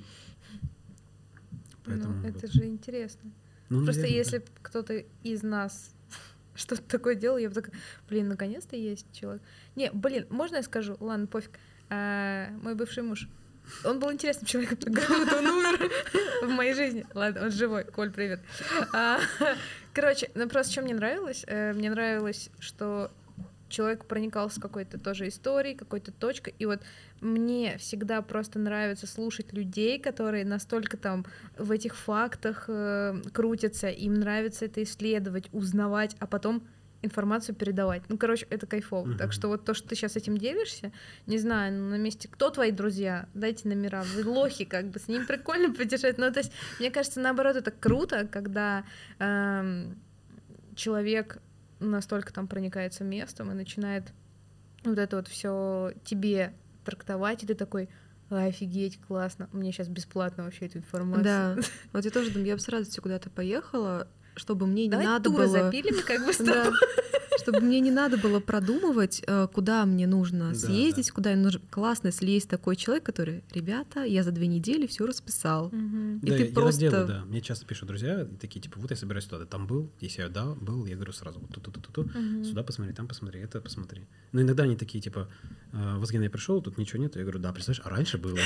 Поэтому ну, это вот. Же интересно. Ну, просто наверное, если да. кто-то из нас что-то такое делал, я бы такая, блин, наконец-то есть человек. Не, блин, можно я скажу? Ладно, пофиг. А, мой бывший муж, он был интересным человеком, он умер в моей жизни. Ладно, он живой. Коль, привет. А, короче, ну просто что мне нравилось? Мне нравилось, что человек проникался какой-то тоже историей, какой-то точкой, и вот мне всегда просто нравится слушать людей, которые настолько там в этих фактах э, крутятся, им нравится это исследовать, узнавать, а потом информацию передавать. Ну, короче, это кайфово. Uh-huh. Так что вот то, что ты сейчас этим делишься, не знаю, на месте, кто твои друзья, дайте номера, вы лохи, как бы, с ним прикольно путешествовать. Ну, то есть, мне кажется, наоборот, это круто, когда э, человек настолько там проникается местом и начинает вот это вот все тебе трактовать, и ты такой, офигеть, классно, мне сейчас бесплатно вообще эту информацию. Да, вот я тоже думаю, я бы с радостью куда-то поехала, чтобы мне не Давай надо туры было... запилим, как бы с Да. тобой. Чтобы мне не надо было продумывать, э, куда мне нужно Да, съездить, да. куда мне нужно. Классно, если есть такой человек, который, ребята, я за две недели все расписал. Мгм. И да, ты я, я просто- так делаю, да. Мне часто пишут друзья, и такие, типа, вот я собираюсь туда, ты там был? Если я да, был, я говорю сразу, вот тут-тут-тут, Мгм. сюда посмотри, там посмотри, это посмотри. Но иногда они такие, типа, «А, Возген, я пришел, тут ничего нет. Я говорю, да, представляешь, а раньше было.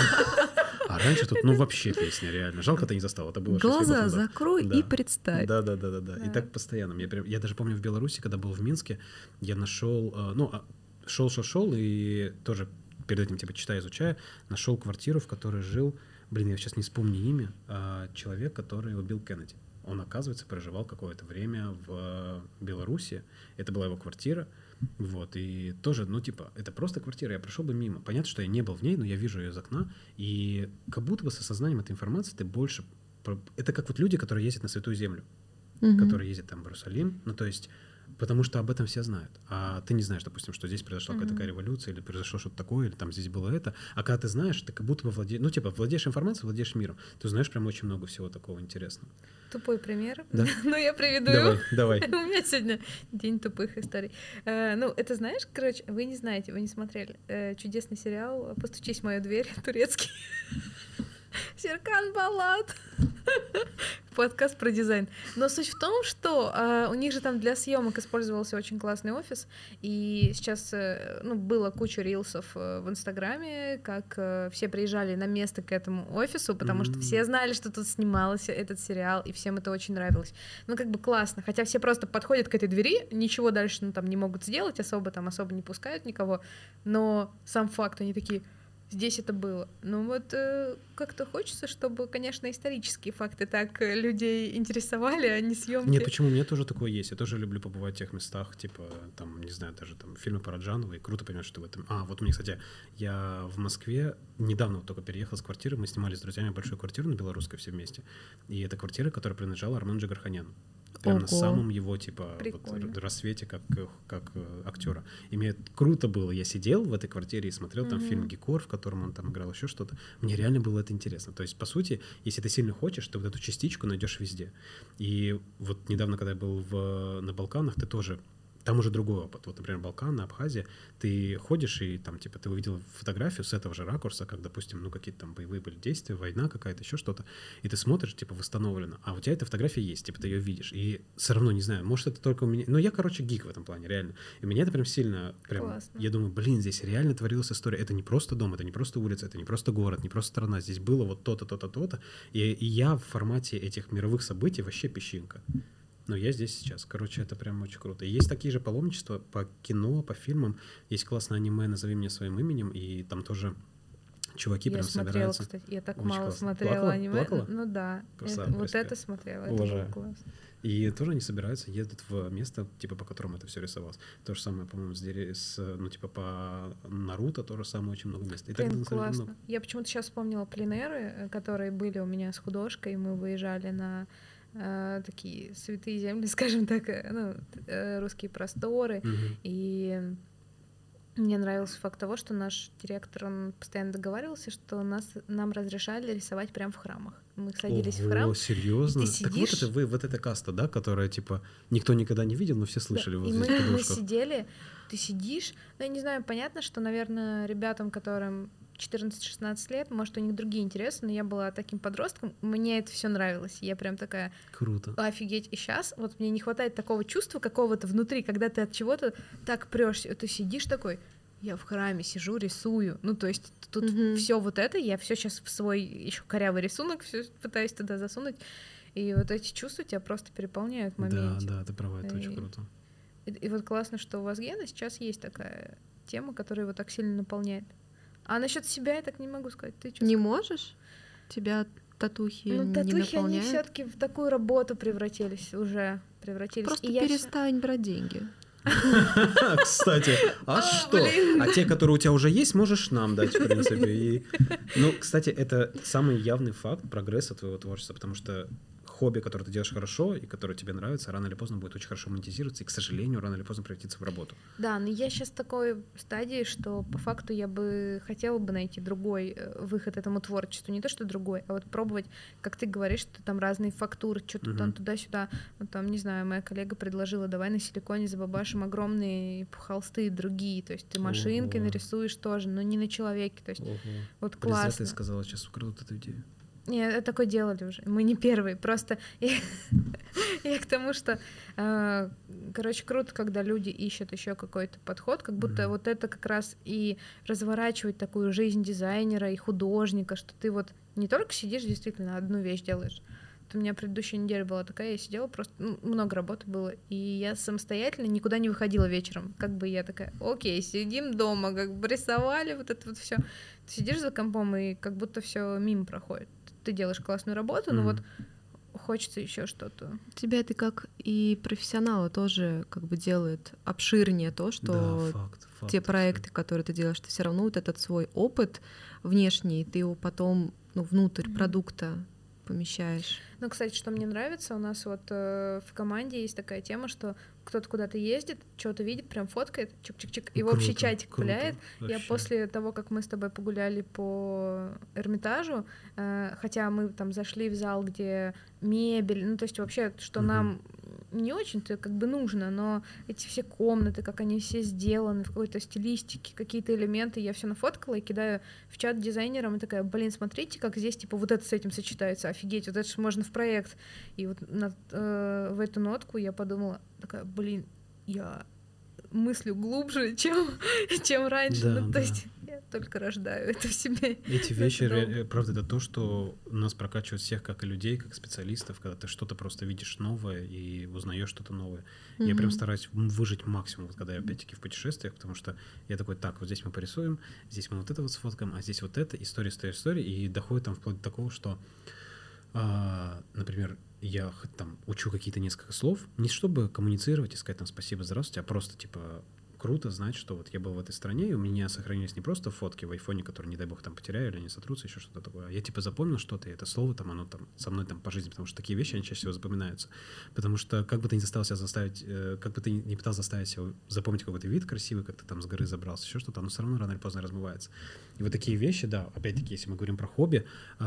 А раньше тут, ну, вообще песня, реально. Жалко, ты не застал, это было шесть лет Глаза назад. закрой Да. и представь. Да, да, да, да, да. И Да. так постоянно. Я, прям- я даже помню в Беларуси, когда был в Минске, я нашел, э, ну, а, шел, шел, шел, и тоже перед этим, типа, читая, изучая, нашел квартиру, в которой жил, блин, я сейчас не вспомню имя, а, человек, который убил Кеннеди. Он, оказывается, проживал какое-то время в Беларуси. Это была его квартира. Вот, и тоже, ну, типа, это просто квартира, я прошел бы мимо. Понятно, что я не был в ней, но я вижу ее из окна, и как будто бы с осознанием этой информации ты больше... про- Это как вот люди, которые ездят на Святую Землю, Мгм. которые ездят там в Иерусалим, ну, то есть, потому что об этом все знают. А ты не знаешь, допустим, что здесь произошла какая-то такая революция, или произошло что-то такое, или там здесь было это. А когда ты знаешь, ты как будто бы владеешь, ну, типа, владеешь информацией, владеешь миром. Ты знаешь прям очень много всего такого интересного. Тупой пример. Да? Ну, я приведу Давай, его. давай. У меня сегодня день тупых историй. Э, Ну, это знаешь, короче, вы не знаете, вы не смотрели. Э, Чудесный сериал «Постучись в мою дверь», турецкий. Серкан Балат. Подкаст про дизайн. Но суть в том, что э, у них же там для съемок использовался очень классный офис, и сейчас э, ну, было куча рилсов э, в Инстаграме, как э, все приезжали на место к этому офису, потому что М. все знали, что тут снимался этот сериал, и всем это очень нравилось. Ну, как бы классно, хотя все просто подходят к этой двери, ничего дальше ну, там не могут сделать, особо там особо не пускают никого, но сам факт, они такие... Здесь это было. Ну вот э, как-то хочется, чтобы, конечно, исторические факты так э, людей интересовали, а не съемки. Нет, почему? У меня тоже такое есть. Я тоже люблю побывать в тех местах, типа, там, не знаю, даже там фильмы Параджанова, и круто понимать, что в этом... А, вот у меня, кстати, я в Москве недавно вот только переехал с квартиры, мы снимали с друзьями большую квартиру на Белорусской все вместе, и это квартира, которая принадлежала Армену Джигарханяну. Прям на Ого. самом его, типа, вот, Прикольно. рассвете, как, как э, актера. И мне круто было. Я сидел в этой квартире и смотрел там Мгм. фильм «Гекор», в котором он там играл еще что-то. Мне реально было это интересно. То есть, по сути, если ты сильно хочешь, ты вот эту частичку найдешь везде. И вот недавно, когда я был в, на Балканах, ты тоже... Там уже другой опыт. Вот, например, Балканы, Абхазия. Ты ходишь, и там, типа, ты увидел фотографию с этого же ракурса, как, допустим, ну, какие-то там боевые были действия, война какая-то, еще что-то. И ты смотришь, типа, восстановлено. А у тебя эта фотография есть, типа, ты ее видишь. И все равно, не знаю, может, это только у меня... Ну, я, короче, гик в этом плане, реально. И меня это прям сильно... Прям... Классно. Я думаю, блин, здесь реально творилась история. Это не просто дом, это не просто улица, это не просто город, не просто страна. Здесь было вот то-то, то-то, то-то. И, и я в формате этих мировых событий вообще песчинка. Но я здесь сейчас. Короче, это прям очень круто. И есть такие же паломничества по кино, по фильмам. Есть классное аниме «Назови меня своим именем», и там тоже чуваки Я прям смотрела, собираются. кстати, я так Очень мало классно. смотрела Плакала? аниме. Плакала? Ну да, Красава, это- вот респект. это смотрела, это Уважаю. было классно. И тоже они собираются, едут в место, типа, по которому это все рисовалось. То же самое, по-моему, с, Дери- с, ну, типа, по Наруто тоже самое очень много мест. И так, Блин, на самом деле, классно. много. Я почему-то сейчас вспомнила пленеры, э, которые были у меня с художкой. Мы выезжали на э, такие святые земли, скажем так, э, ну, т- э, русские просторы. Мгм. И мне нравился факт того, что наш директор, он постоянно договаривался, что нас, нам разрешали рисовать прямо в храмах. Мы садились в храм. Ого, серьезно? и ты Так вот сидишь- это вы, вот эта каста, да, которая, типа, никто никогда не видел, но все слышали Да, вот и в мы, этих мы подушках. сидели, ты сидишь, ну, я не знаю, понятно, что, наверное, ребятам, которым четырнадцать-шестнадцать лет, может, у них другие интересы, но я была таким подростком, мне это все нравилось, я прям такая, Круто. офигеть, и сейчас вот мне не хватает такого чувства какого-то внутри, когда ты от чего-то так прешься, ты сидишь такой, я в храме сижу, рисую, ну, то есть тут Мгм. все вот это, я все сейчас в свой еще корявый рисунок все пытаюсь туда засунуть, и вот эти чувства тебя просто переполняют в Да, моменте. да, ты права, это очень И- круто. И, и вот классно, что у вас, Гена, сейчас есть такая тема, которая его так сильно наполняет. А насчет себя я так не могу сказать. Ты чё Не скажешь? можешь? Тебя татухи Ну, не татухи, они наполняют? все-таки в такую работу превратились уже. Превратились. Просто И я ща- перестань брать деньги. Кстати, а А, что? блин. А те, которые у тебя уже есть, можешь нам дать, в принципе. И... Ну, кстати, это самый явный факт прогресса твоего творчества, потому что хобби, которое ты делаешь хорошо и которое тебе нравится, рано или поздно будет очень хорошо монетизироваться и, к сожалению, рано или поздно превратиться в работу. Да, но я сейчас в такой стадии, что по факту я бы хотела бы найти другой выход этому творчеству. Не то, что другой, а вот пробовать, как ты говоришь, что там разные фактуры, что-то uh-huh. там туда-сюда. Ну, там, не знаю, моя коллега предложила, давай на силиконе забабашим огромные холсты другие. То есть ты машинкой Ого. нарисуешь тоже, но не на человеке. То есть Ого. вот классно. Зря ты сказала, сейчас украдут эту идею. Нет, такое делали уже. Мы не первые. Просто я, я к тому, что, э, короче, круто, когда люди ищут еще какой-то подход, как будто mm-hmm. вот это как раз и разворачивает такую жизнь дизайнера и художника, что ты вот не только сидишь, действительно, одну вещь делаешь. Вот у меня предыдущая неделя была такая, я сидела, просто ну, много работы было, и я самостоятельно никуда не выходила вечером. Как бы я такая, окей, сидим дома, как бы рисовали, вот это вот все. Ты сидишь за компом, и как будто все мимо проходит. Ты делаешь классную работу, но mm-hmm. вот хочется еще что-то. Тебя это как и профессионала тоже как бы делает обширнее то, что да, факт, факт, те проекты, факт. которые ты делаешь, ты все равно вот этот свой опыт внешний, ты его потом ну, внутрь mm-hmm. продукта помещаешь. Ну, кстати, что мне нравится, у нас вот э, в команде есть такая тема, что кто-то куда-то ездит, что-то видит, прям фоткает, чик-чик-чик, и в общий чатик пуляет. Я после того, как мы с тобой погуляли по Эрмитажу, э, хотя мы там зашли в зал, где мебель, ну, то есть вообще, что mm-hmm. нам не очень-то как бы нужно, но эти все комнаты, как они все сделаны, в какой-то стилистике, какие-то элементы, я все нафоткала и кидаю в чат дизайнерам, и такая, блин, смотрите, как здесь, типа, вот это с этим сочетается, офигеть, вот это же можно в проект. И вот на, э, в эту нотку я подумала, такая, блин, я мыслю глубже, чем, чем раньше, да, ну, то да. есть я только рождаю это в себе. Эти вещи, ре- правда, это то, что нас прокачивает всех как и людей, как специалистов, когда ты что-то просто видишь новое и узнаешь что-то новое. Mm-hmm. Я прям стараюсь выжить максимум, вот когда я опять-таки в путешествиях, потому что я такой, так, вот здесь мы порисуем, здесь мы вот это вот сфоткаем, а здесь вот это, история, история, история, и доходит там вплоть до такого, что, а, например, я там учу какие-то несколько слов, не чтобы коммуницировать и сказать там спасибо, здравствуйте, а просто типа круто знать, что вот я был в этой стране, и у меня сохранились не просто фотки в айфоне, которые, не дай бог, там потеряю или они сотрутся, еще что-то такое, а я типа запомнил что-то, и это слово там, оно там со мной там по жизни, потому что такие вещи, они чаще всего запоминаются. Потому что как бы ты ни заставил себя заставить, как бы ты ни пытался заставить себя запомнить какой-то вид красивый, как ты там с горы забрался, еще что-то, оно все равно рано или поздно размывается. И вот такие вещи, да, опять-таки, если мы говорим про хобби,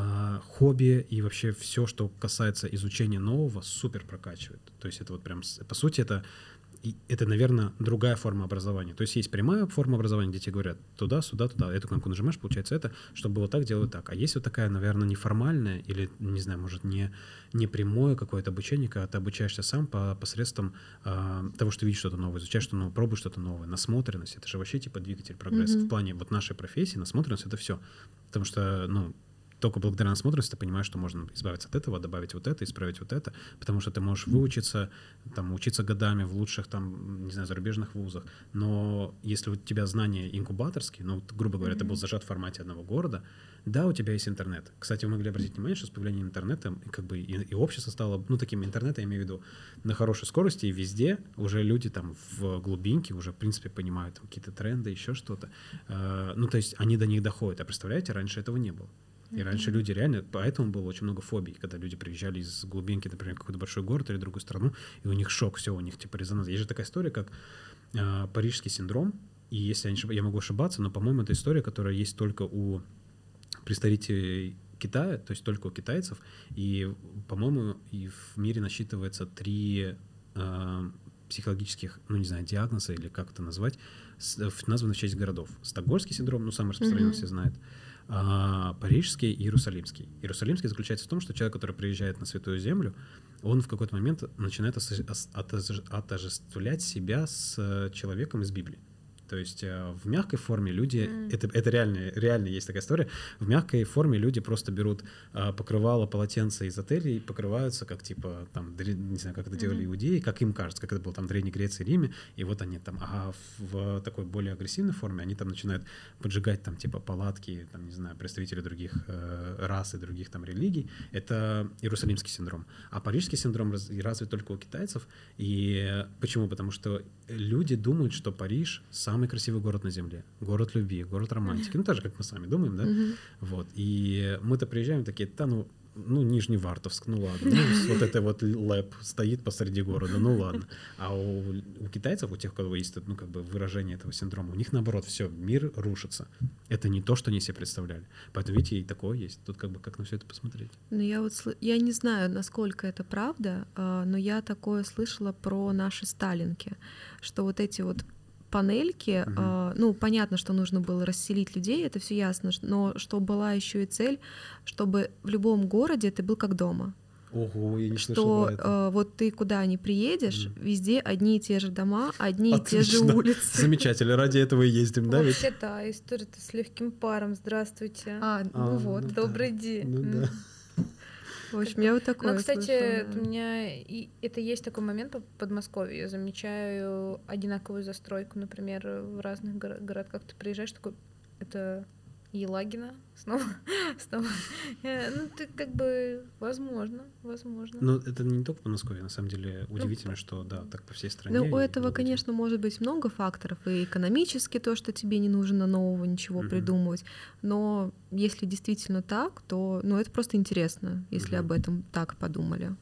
хобби и вообще все, что касается изучения нового, супер прокачивает. То есть это вот прям, по сути, это И это, наверное, другая форма образования. То есть есть прямая форма образования, где тебе говорят туда, сюда, туда. Эту кнопку нажимаешь, получается это, чтобы было так, делают так. А есть вот такая, наверное, неформальная или, не знаю, может, не, не прямое какое-то обучение, когда ты обучаешься сам по, посредством э, того, что видишь что-то новое, изучаешь что-то новое, пробуешь что-то новое. Насмотренность — это же вообще типа двигатель прогресса. Mm-hmm. В плане вот нашей профессии насмотренность — это все. Потому что, ну, только благодаря насмотренности ты понимаешь, что можно избавиться от этого, добавить вот это, исправить вот это, потому что ты можешь выучиться, там, учиться годами в лучших, там, не знаю, зарубежных вузах, но если у тебя знания инкубаторские, ну, грубо говоря, mm-hmm. ты был зажат в формате одного города, да, у тебя есть интернет. Кстати, вы могли обратить внимание, что с появлением интернета как бы и, и общество стало, ну, таким интернетом, я имею в виду, на хорошей скорости, и везде уже люди там в глубинке уже, в принципе, понимают там, какие-то тренды, еще что-то. Э, ну, то есть они до них доходят. А представляете, раньше этого не было. И раньше mm-hmm. люди реально, поэтому было очень много фобий, когда люди приезжали из глубинки, например, в какой-то большой город или другую страну, и у них шок, все, у них типа резонанс. Есть же такая история, как э, парижский синдром, и если я, не ошибаюсь, я могу ошибаться, но, по-моему, это история, которая есть только у представителей Китая, то есть только у китайцев, и, по-моему, и в мире насчитывается три э, психологических, ну, не знаю, диагноза или как это назвать, названы в честь городов. Стокгольмский синдром, ну, самый распространенный, mm-hmm. все знают. А, парижский и иерусалимский. Иерусалимский заключается в том, что человек, который приезжает на Святую Землю, он в какой-то момент начинает отождествлять себя с человеком из Библии. То есть в мягкой форме люди, mm. это, это реально, реально есть такая история, в мягкой форме люди просто берут а, покрывало, полотенце из отелей и покрываются, как типа, там, не знаю, как это делали mm. иудеи, как им кажется, как это было там в Древней Греции, Риме, и вот они там, а в, в такой более агрессивной форме они там начинают поджигать там типа палатки, там, не знаю, представители других э, рас и других там религий. Это иерусалимский синдром. А парижский синдром раз, развит только у китайцев. И почему? Потому что люди думают, что Париж самый красивый город на Земле, город любви, город романтики. Ну, так же, как мы с вами думаем, да? Mm-hmm. Вот. И мы-то приезжаем такие, да, ну, ну, Нижневартовск, ну ладно. Ну, вот это вот лэп стоит посреди города, ну ладно. А у, у китайцев, у тех, у кого есть, ну, как бы выражение этого синдрома, у них наоборот, все, мир рушится. Это не то, что они себе представляли. Поэтому, видите, и такое есть. Тут как бы как на все это посмотреть. Ну, я вот сл- я не знаю, насколько это правда, а, но я такое слышала про наши сталинки, что вот эти вот панельки, Мгм. а, ну, понятно, что нужно было расселить людей, это все ясно, ш- но что была еще и цель, чтобы в любом городе ты был как дома. Ого, я не слышал Что про это. а, вот ты куда ни приедешь, Мгм. везде одни и те же дома, одни и те же Отлично. улицы. Замечательно, ради этого и ездим, да? ведь? Вообще, да, история-то с легким паром. Здравствуйте. А, А, ну вот. ну да. Добрый день. Ну М. да. В общем, я вот такое Ну, кстати, слышала. у меня и это есть такой момент по Подмосковью. Я замечаю одинаковую застройку, например, в разных горо- городках. Ты приезжаешь, такой, это Елагина снова, снова. Э, Ну, ты как бы, возможно, возможно. Но это не только в Подмосковье, на самом деле удивительно, что да, так по всей стране. Ну, у и этого, много где. конечно, может быть много факторов. И экономически то, что тебе не нужно нового ничего Мгм. придумывать. Но если действительно так, то ну, это просто интересно, если Мгм. об этом так подумали.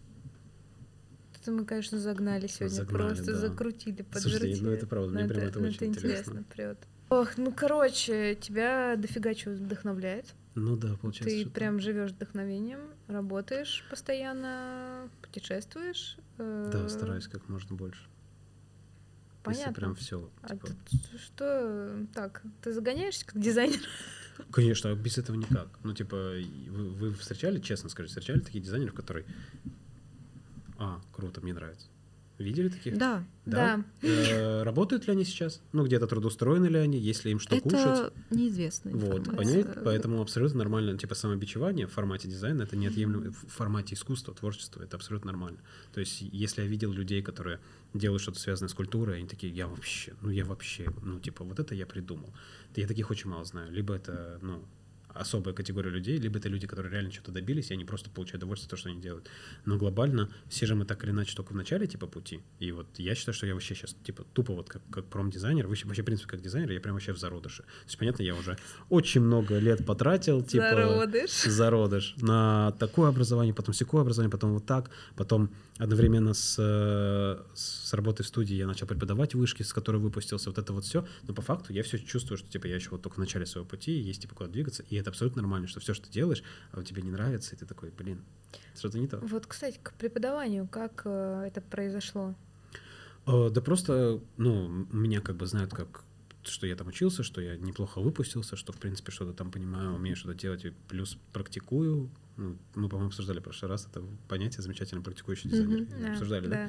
Это мы, конечно, загнали сегодня, Загнали, просто да. закрутили, Слушайте, подвертели. ну это правда, мне Ну, прям это ну, очень интересно. прет. Ох, ну короче, тебя дофига чего вдохновляет. Ну да, получается. Ты что прям живешь вдохновением, работаешь постоянно, путешествуешь. э, Да, стараюсь как можно больше. Если Понятно. прям все. А ты что, так, ты загоняешься как дизайнер? Конечно, а без этого никак. Ну, типа, и вы, вы встречали, честно скажите, встречали таких дизайнеров, которые. А, круто, мне нравится. Видели таких? Да, Да. Э, Работают ли они сейчас? Ну, где-то трудоустроены ли они? Есть ли им что это кушать? неизвестная Вот, информация. понять, поэтому абсолютно нормально, типа самобичевание в формате дизайна, это неотъемлемо, в формате искусства, творчества, это абсолютно нормально. То есть, если я видел людей, которые делают что-то связанное с культурой, они такие, я вообще, ну я вообще, ну типа вот это я придумал. Я таких очень мало знаю. Либо это, ну, особая категория людей, либо это люди, которые реально что-то добились, и они просто получают удовольствие от того, что они делают. Но глобально все же мы так или иначе только в начале типа пути. И вот я считаю, что я вообще сейчас типа тупо вот как, как промдизайнер, вообще, вообще в принципе как дизайнер, я прям вообще в зародыше. То есть, понятно, я уже очень много лет потратил, типа Зародыш. зародыш на такое образование, потом секое образование, потом вот так, потом одновременно с, э, с работой в студии я начал преподавать в вышке, с которой выпустился, вот это вот все. Но по факту я все чувствую, что типа я еще вот только в начале своего пути, есть типа куда двигаться, и это абсолютно нормально, что все, что ты делаешь, а вот тебе не нравится, и ты такой, блин, что-то не то. Вот, кстати, к преподаванию, как э, это произошло? Э, Да просто, ну, меня как бы знают как, что я там учился, что я неплохо выпустился, что, в принципе, что-то там понимаю, умею что-то делать, и плюс практикую. Ну, мы, по-моему, обсуждали в прошлый раз это понятие замечательно практикующий дизайнер. Мгм. Да, Обсуждали, да? да?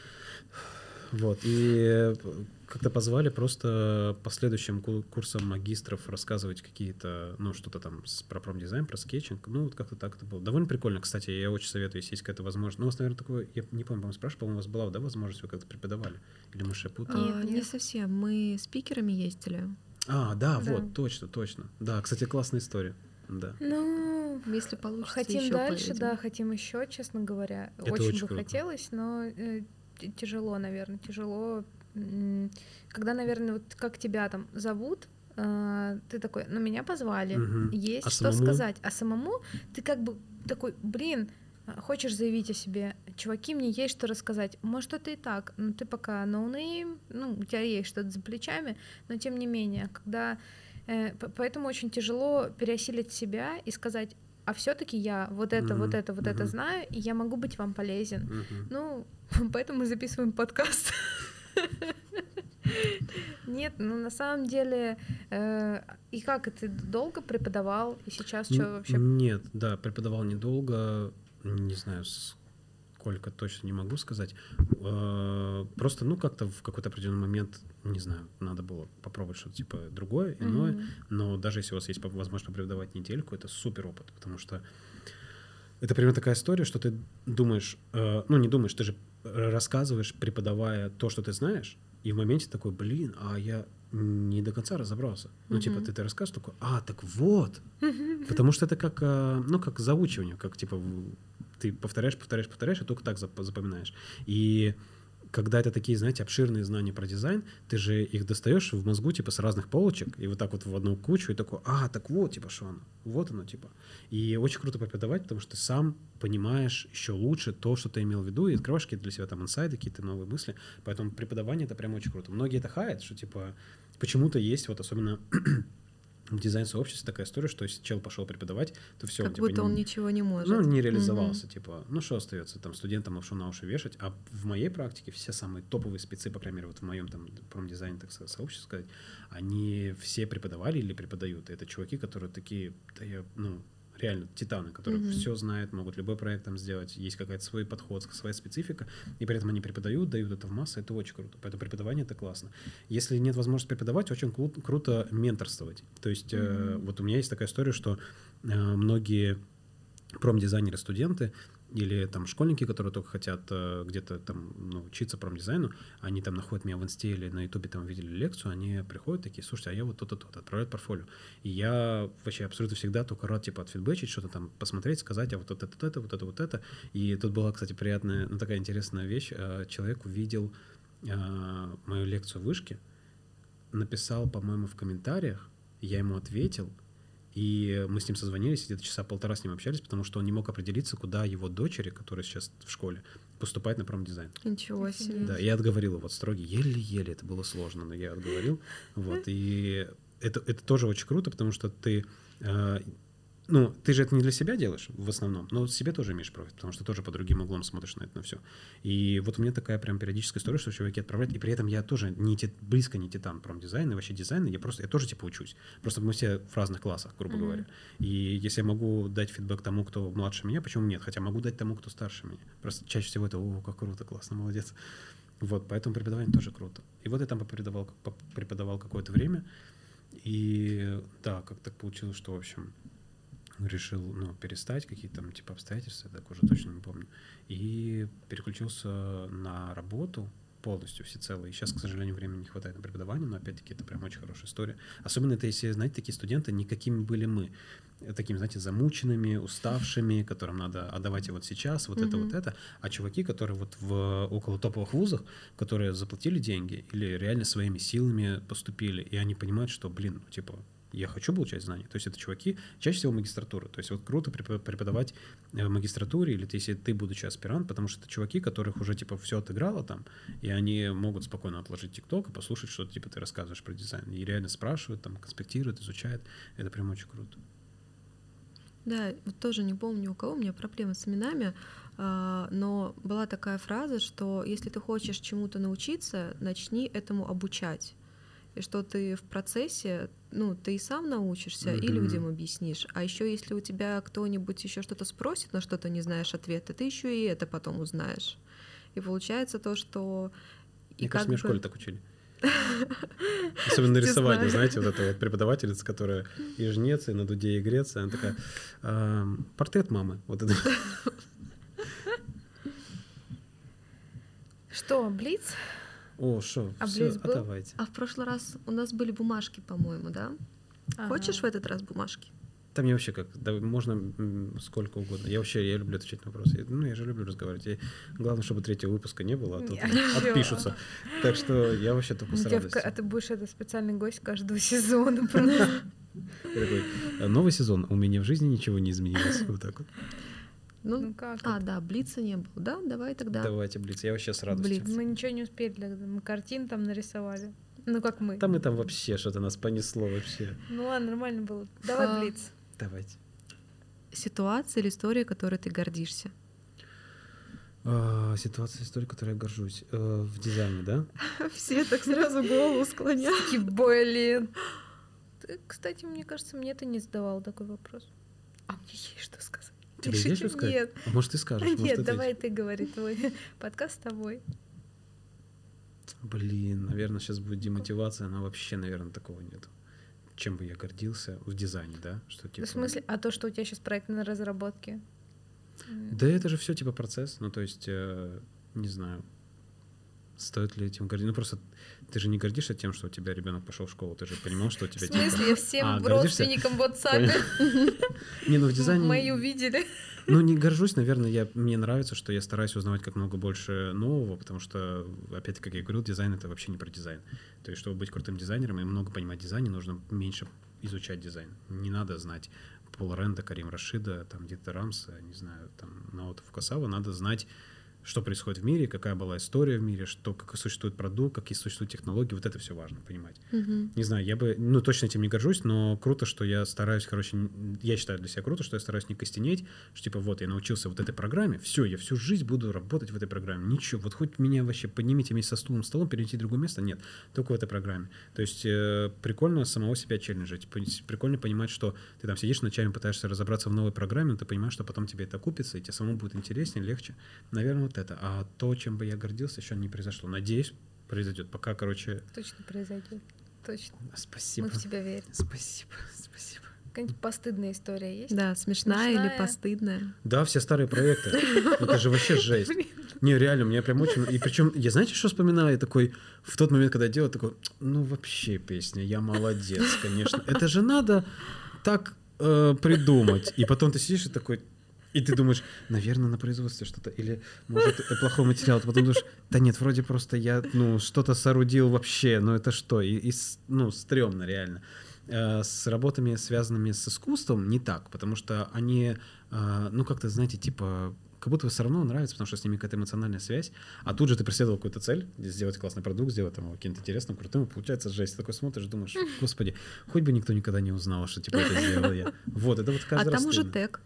Вот, и как-то позвали просто последующим ку- курсам магистров рассказывать какие-то, ну, что-то там с, про промдизайн, про скетчинг. Ну, вот как-то так это было. Довольно прикольно, кстати, я очень советую, если есть какая-то возможность. Ну, у вас, наверное, такое, я не помню, по-моему, спрашивал, по-моему, у вас была, да, возможность, вы как-то преподавали? Или мы что, путаем? А, Нет, не нет. совсем. Мы спикерами ездили. А, да, Да. вот, точно, точно. Да, кстати, классная история. Да. Ну, Если получится, хотим ещё дальше, поедем. да, хотим еще, честно говоря. Это очень, очень бы круто. хотелось, но э, т- тяжело, наверное, тяжело. М, Когда, наверное, вот как тебя там зовут, э, ты такой, ну меня позвали, Мгм. есть А что самому? сказать, а самому ты как бы такой, блин, а, хочешь заявить о себе, чуваки, мне есть что рассказать. Может, это и так, но ты пока ноунейм, ну, у тебя есть что-то за плечами, но тем не менее, когда... э, п- Поэтому очень тяжело переосилить себя и сказать, а все-таки я вот это, вот Мгм, это, вот это мгм. знаю, и я могу быть вам полезен. Мгм. Ну, поэтому мы записываем подкаст. Нет, ну на самом деле, э, и как, и ты долго преподавал, и сейчас Н- что вообще? Нет, да, преподавал недолго, не знаю, сколько точно не могу сказать. Э, Просто, ну, как-то в какой-то определенный момент, не знаю, надо было попробовать что-то типа другое, иное. Мгм. Но даже если у вас есть по- возможность попреподавать недельку, это супер опыт, потому что это примерно такая история, что ты думаешь, э, ну, не думаешь, ты же рассказываешь, преподавая то, что ты знаешь, и в моменте такой, блин, а я не до конца разобрался. Ну, типа, Мгм. ты, ты рассказываешь такой, а, так вот. Потому что это как, э, ну, как заучивание, как, типа, в- ты повторяешь, повторяешь, повторяешь, и только так зап- запоминаешь. И когда это такие, знаете, обширные знания про дизайн, ты же их достаешь в мозгу, типа, с разных полочек, и вот так вот в одну кучу, и такой, а, так вот, типа, что оно, вот оно, типа. И очень круто преподавать, потому что ты сам понимаешь еще лучше то, что ты имел в виду, и открываешь какие-то для себя там инсайды, какие-то новые мысли. Поэтому преподавание — это прям очень круто. Многие это хаят, что, типа, почему-то есть, вот особенно в дизайн-сообществе такая история, что если чел пошел преподавать, то все. Как типа, будто не, он ничего не может. Ну, не реализовался, Мгм. типа, ну что остается, там, студентам лапшу на уши вешать, а в моей практике все самые топовые спецы, по крайней мере, вот в моем там промдизайне, так сказать, сообществе сказать, они все преподавали или преподают. И это чуваки, которые такие, да я, ну, реально титаны, которые Мгм. все знают, могут любой проект там сделать, есть какая-то свой подход, своя специфика, и при этом они преподают, дают это в массы, это очень круто. Поэтому преподавание — это классно. Если нет возможности преподавать, очень кру- круто менторствовать. То есть э, Мгм. вот у меня есть такая история, что э, многие промдизайнеры, студенты или там школьники, которые только хотят э, где-то там ну, учиться промдизайну, они там находят меня в инсте или на ютубе, там видели лекцию, они приходят такие, слушайте, а я вот то-то, то-то, отправляют портфолио. И я вообще абсолютно всегда только рад типа отфидбэчить, что-то там посмотреть, сказать, а вот это, вот это, вот это, вот это. И тут была, кстати, приятная, ну такая интересная вещь. Э, Человек увидел э, мою лекцию в вышке, написал, по-моему, в комментариях, я ему ответил, и мы с ним созвонились, где-то часа полтора с ним общались, потому что он не мог определиться, куда его дочери, которые сейчас в школе, поступать на промдизайн. Ничего себе. Офигеть. Да, я отговорил его строгий, еле-еле, это было сложно, но я отговорил. Вот, и это, это тоже очень круто, потому что ты... э, ну, ты же это не для себя делаешь в основном, но себе тоже имеешь профит, потому что тоже по другим углом смотришь на это, на все. И вот у меня такая прям периодическая история, что чуваки отправляют, и при этом я тоже не ти- близко не титан промдизайна, вообще дизайна, я просто, я тоже типа учусь. Просто мы все в разных классах, грубо Мгм. говоря. И если я могу дать фидбэк тому, кто младше меня, почему нет? Хотя могу дать тому, кто старше меня. Просто чаще всего это, о, как круто, классно, молодец. Вот, поэтому преподавание тоже круто. И вот я там преподавал, преподавал какое-то время, и да, как так получилось, что, в общем, решил, ну, перестать, какие-то там типа обстоятельства, я так уже точно не помню, и переключился на работу полностью, всецело. И сейчас, к сожалению, времени не хватает на преподавание, но опять-таки это прям очень хорошая история. Особенно это, если, знаете, такие студенты, не какими были мы. Такими, знаете, замученными, уставшими, которым надо отдавать вот сейчас, вот это, Мгм. вот это. А чуваки, которые вот в около топовых вузах, которые заплатили деньги или реально своими силами поступили, и они понимают, что, блин, ну, типа, я хочу получать знания. То есть это чуваки, чаще всего магистратура. То есть вот круто преподавать в магистратуре, или если ты, будучи аспирант, потому что это чуваки, которых уже типа все отыграло там, и они могут спокойно отложить ТикТок и послушать, что типа ты рассказываешь про дизайн. И реально спрашивают, там, конспектируют, изучают. Это прям очень круто. Да, вот тоже не помню, у кого у меня проблемы с именами, а, но была такая фраза, что если ты хочешь чему-то научиться, начни этому обучать. И что ты в процессе, ну, ты и сам научишься, и Мгм. людям объяснишь. А еще если у тебя кто-нибудь еще что-то спросит, на что ты не знаешь ответа, ты еще и это потом узнаешь. И получается то, что... И Мне как кажется, меня в бы- школе так учили. Особенно на Не рисовании, знаю. знаете, вот эта вот преподавательница, которая и жнется, и на дуде и греется, она такая, «Ам, портрет мамы». Вот это. Что, Блиц? О, шо, А все, Блиц а был? давайте. А в прошлый раз у нас были бумажки, по-моему, да? Хочешь в этот раз бумажки? Там мне вообще как, да, можно м, сколько угодно. Я вообще, я люблю отвечать на вопросы. Я- ну, я же люблю разговаривать. И главное, чтобы третьего выпуска не было, а то Не, там а чё? отпишутся. Так что я вообще только Ну, с у тебя в ка- радостью. а ты будешь это специальный гость каждого сезона просто. Я такой, «Э, новый сезон, у меня в жизни ничего не изменилось. Вот так вот. Ну, Ну как а, это? да, Блица не было, да? Давай тогда. Давайте, Блиц, я вообще с радостью. Блиц. Мы ничего не успели, для этого. Мы картин там нарисовали. Ну как мы. Там и там вообще что-то нас понесло вообще. Ну ладно, нормально было. Давай, А. Блиц. Давайте. Ситуация или история, которой ты гордишься? А, ситуация, история, которой я горжусь. Э, в дизайне, да? Все так сразу голову склоняют. Такие, блин. Ты, кстати, мне кажется, мне ты не задавал такой вопрос. А мне есть что сказать. Тебе Пишите, есть что сказать? Нет, А может, ты скажешь? может, нет, ответишь? давай ты говори, твой подкаст с тобой. Блин, наверное, сейчас будет демотивация, но вообще, наверное, такого нету. Чем бы я гордился в дизайне, да? Что, типа... В смысле, а то, что у тебя сейчас проект на разработке? М, Да это же все типа процесс, ну то есть, э, не знаю, стоит ли этим гордиться? Ну, просто ты же не гордишься тем, что у тебя ребенок пошел в школу, ты же понимал, что у тебя... В смысле? Типа... Всем а, родственникам в WhatsApp не, ну в дизайне... мои увидели. Ну, не горжусь, наверное, я, мне нравится, что я стараюсь узнавать как много больше нового, потому что, опять-таки, как я говорил, дизайн — это вообще не про дизайн. То есть, чтобы быть крутым дизайнером и много понимать в дизайне, нужно меньше изучать дизайн. Не надо знать Пола Ренда, Карим Рашида, там, Дита Рамса, не знаю, там, Наото Фукасава. Надо знать, что происходит в мире, какая была история в мире, что, как существует продукт, какие существуют технологии. Вот это все важно понимать. Uh-huh. Не знаю, я бы, ну, точно этим не горжусь, но круто, что я стараюсь, короче, я считаю для себя круто, что я стараюсь не костенеть, что типа вот я научился вот этой программе, все, я всю жизнь буду работать в этой программе. Ничего, вот хоть меня вообще поднимите вместе со стулом, столом, перейти в другое место, нет, только в этой программе. То есть э, прикольно самого себя челленджить, прикольно понимать, что ты там сидишь ночами, пытаешься разобраться в новой программе, но ты понимаешь, что потом тебе это окупится, и тебе самому будет интереснее, легче. Наверное, вот это. А то, чем бы я гордился, еще не произошло. Надеюсь, произойдет. Пока, короче... Точно произойдет. Точно. Спасибо. Мы в тебя верим. Спасибо, спасибо. Какая-нибудь постыдная история есть? Да, смешная, Смешная. или постыдная. Да, все старые проекты. Это же вообще жесть. Не, реально, меня прям очень... И причем, я знаете, что вспоминаю? Я такой, в тот момент, когда я делал, такой, ну вообще песня, я молодец, конечно. Это же надо так э, придумать. И потом ты сидишь и такой... И ты думаешь, наверное, на производстве что-то, или, может, плохой материал. Ты потом думаешь, да нет, вроде просто я, ну, что-то соорудил вообще, ну это что? И, и ну, стрёмно реально. С работами, связанными с искусством, не так, потому что они, ну, как-то, знаете, типа, как будто бы все равно нравится, потому что с ними какая-то эмоциональная связь, а тут же ты преследовал какую-то цель, сделать классный продукт, сделать там каким-то интересным, крутым, и получается жесть. Ты такой смотришь, думаешь, господи, хоть бы никто никогда не узнал, что типа это сделал я. Вот, это вот каждый а раз там уже стыдно. тег.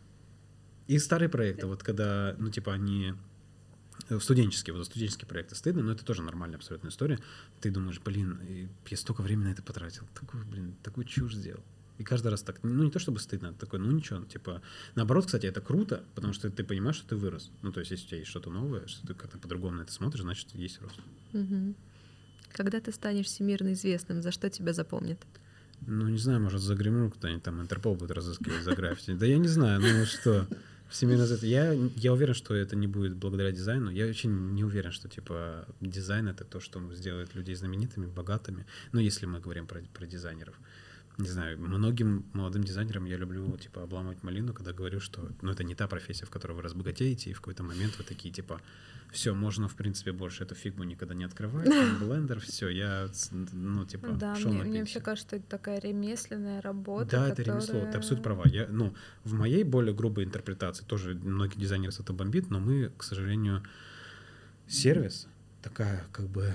И старые проекты, вот когда, ну, типа, они студенческие, вот студенческие проекты стыдно, но это тоже нормальная абсолютная история. Ты думаешь, блин, я столько времени на это потратил, такую, блин, такую чушь сделал. И каждый раз так, ну, не то чтобы стыдно, такой, ну, ничего, типа, наоборот, кстати, это круто, потому что ты понимаешь, что ты вырос. Ну, то есть, если у тебя есть что-то новое, что ты как-то по-другому на это смотришь, значит, есть рост. Угу. Когда ты станешь всемирно известным, за что тебя запомнят? Ну, не знаю, может, за гримерку кто-нибудь там Интерпол будет разыскивать за граффити. Да я не знаю, ну что... Всемирно я, я уверен, что это не будет благодаря дизайну. Я очень не уверен, что типа дизайн — это то, что сделает людей знаменитыми, богатыми. Ну, если мы говорим про, про дизайнеров. Не знаю, многим молодым дизайнерам я люблю типа обламывать малину, когда говорю, что ну, это не та профессия, в которой вы разбогатеете, и в какой-то момент вы такие типа все, можно в принципе больше эту фигму никогда не открывать, блендер, все, я ну типа да, шел мне, на мне пенсию. вообще кажется, что это такая ремесленная работа. Да, которая... это ремесло, ты абсолютно права. Я, ну, в моей более грубой интерпретации тоже многие дизайнеры с этого бомбит, но мы, к сожалению, сервис такая как бы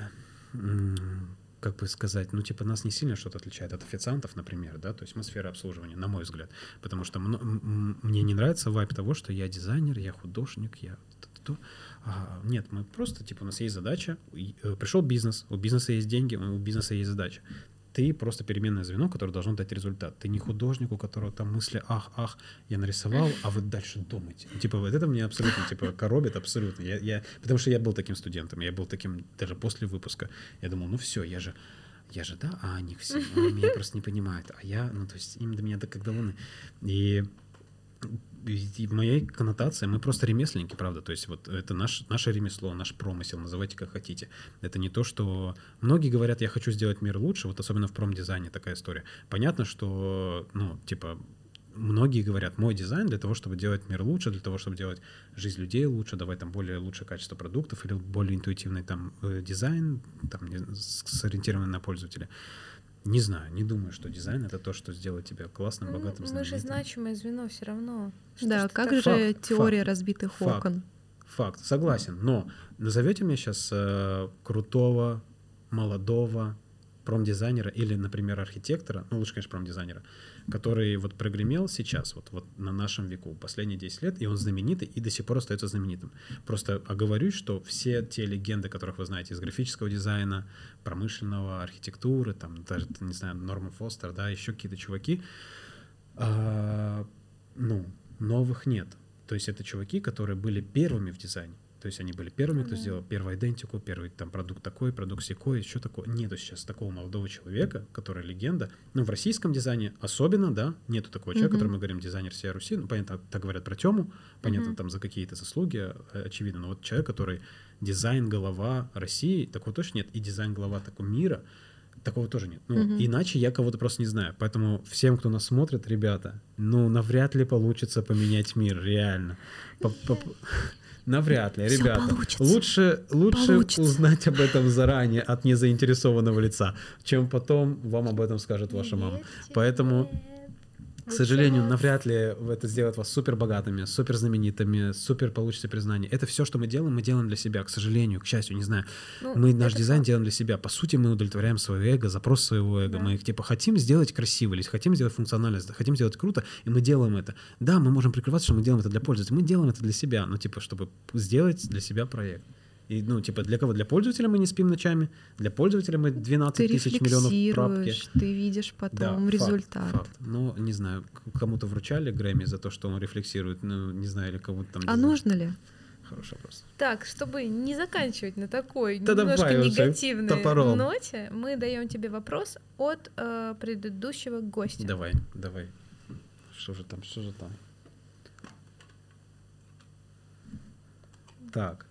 как бы сказать, ну, типа, нас не сильно что-то отличает от официантов, например, да, то есть мы сфера обслуживания, на мой взгляд, потому что мне не нравится вайб того, что я дизайнер, я художник, я... А, нет, мы просто, типа, у нас есть задача, пришел бизнес, у бизнеса есть деньги, у бизнеса есть задача. Ты просто переменное звено, которое должно дать результат. Ты не художник, у которого там мысли, ах, ах, я нарисовал, а вы дальше думаете. Типа, вот это мне абсолютно, типа, коробит абсолютно. Я, я, потому что я был таким студентом, я был таким даже после выпуска. Я думал, ну все, я же, я же, да, а они все, они меня просто не понимают. А я, ну, то есть им до меня до как до луны. И... И в моей коннотации мы просто ремесленники, правда, то есть вот это наш, наше ремесло, наш промысел, называйте как хотите. Это не то, что... Многие говорят, я хочу сделать мир лучше, вот особенно в промдизайне такая история. Понятно, что, ну, типа, многие говорят, мой дизайн для того, чтобы делать мир лучше, для того, чтобы делать жизнь людей лучше, давать там более лучшее качество продуктов или более интуитивный там дизайн, там, сориентированный на пользователя. Не знаю, не думаю, что дизайн — это то, что сделает тебя классным, богатым, знаменитым. Мы же значимое звено все равно. Что да, ж как так? же Факт, теория факт, разбитых факт, окон? Факт, согласен. Но назовете мне сейчас э, крутого, молодого промдизайнера или, например, архитектора, ну лучше, конечно, промдизайнера, который вот прогремел сейчас, вот, вот на нашем веку, последние десять лет, и он знаменитый, и до сих пор остается знаменитым. Просто оговорюсь, что все те легенды, которых вы знаете из графического дизайна, промышленного, архитектуры, там даже, не знаю, Норман Фостер, да, еще какие-то чуваки, а, ну, новых нет. То есть это чуваки, которые были первыми в дизайне. То есть они были первыми, кто Да. сделал первую идентику, первый там продукт такой, продукт сякой, еще такое. Нету сейчас такого молодого человека, который легенда. Ну, в российском дизайне особенно, да, нету такого человека, Мгм. который мы говорим дизайнер всей Руси. Ну, понятно, так говорят про Тему, понятно, Мгм. там за какие-то заслуги, э, очевидно. Но вот человек, который дизайн-голова России, такого точно нет. И дизайн-голова такого мира, такого тоже нет. Ну, Мгм. иначе я кого-то просто не знаю. Поэтому всем, кто нас смотрит, ребята, ну, навряд ли получится поменять мир, реально. По- по- Навряд ли, Всё ребята. получится. Лучше, лучше Получится. узнать об этом заранее от незаинтересованного лица, чем потом вам об этом скажет ваша мама. Поэтому, к сожалению, навряд ли это сделает вас супер богатыми, супер знаменитыми, супер получится признание. Это все, что мы делаем, мы делаем для себя, к сожалению, к счастью, не знаю. Ну, Мы наш это дизайн факт. делаем для себя. По сути, мы удовлетворяем свое эго, запрос своего эго. Да. Мы типа хотим сделать красиво, или хотим сделать функциональность, хотим сделать круто, и мы делаем это. Да, мы можем прикрываться, что мы делаем это для пользователя. Мы делаем это для себя, ну типа, чтобы сделать для себя проект. И, ну, типа, для кого? Для пользователя мы не спим ночами, для пользователя мы Ты двенадцать тысяч миллионов пробки. рефлексируешь, ты видишь потом Да, факт, результат. факт. Ну, не знаю, к- кому-то вручали Грэмми за то, что он рефлексирует, ну, не знаю, или кого-то там... А дизайн- нужно ли? Хороший вопрос. Так, чтобы не заканчивать на такой Да немножко давай уже, негативной топором. ноте, мы даем тебе вопрос от э, предыдущего гостя. Давай, давай. Что же там, что же там? Так,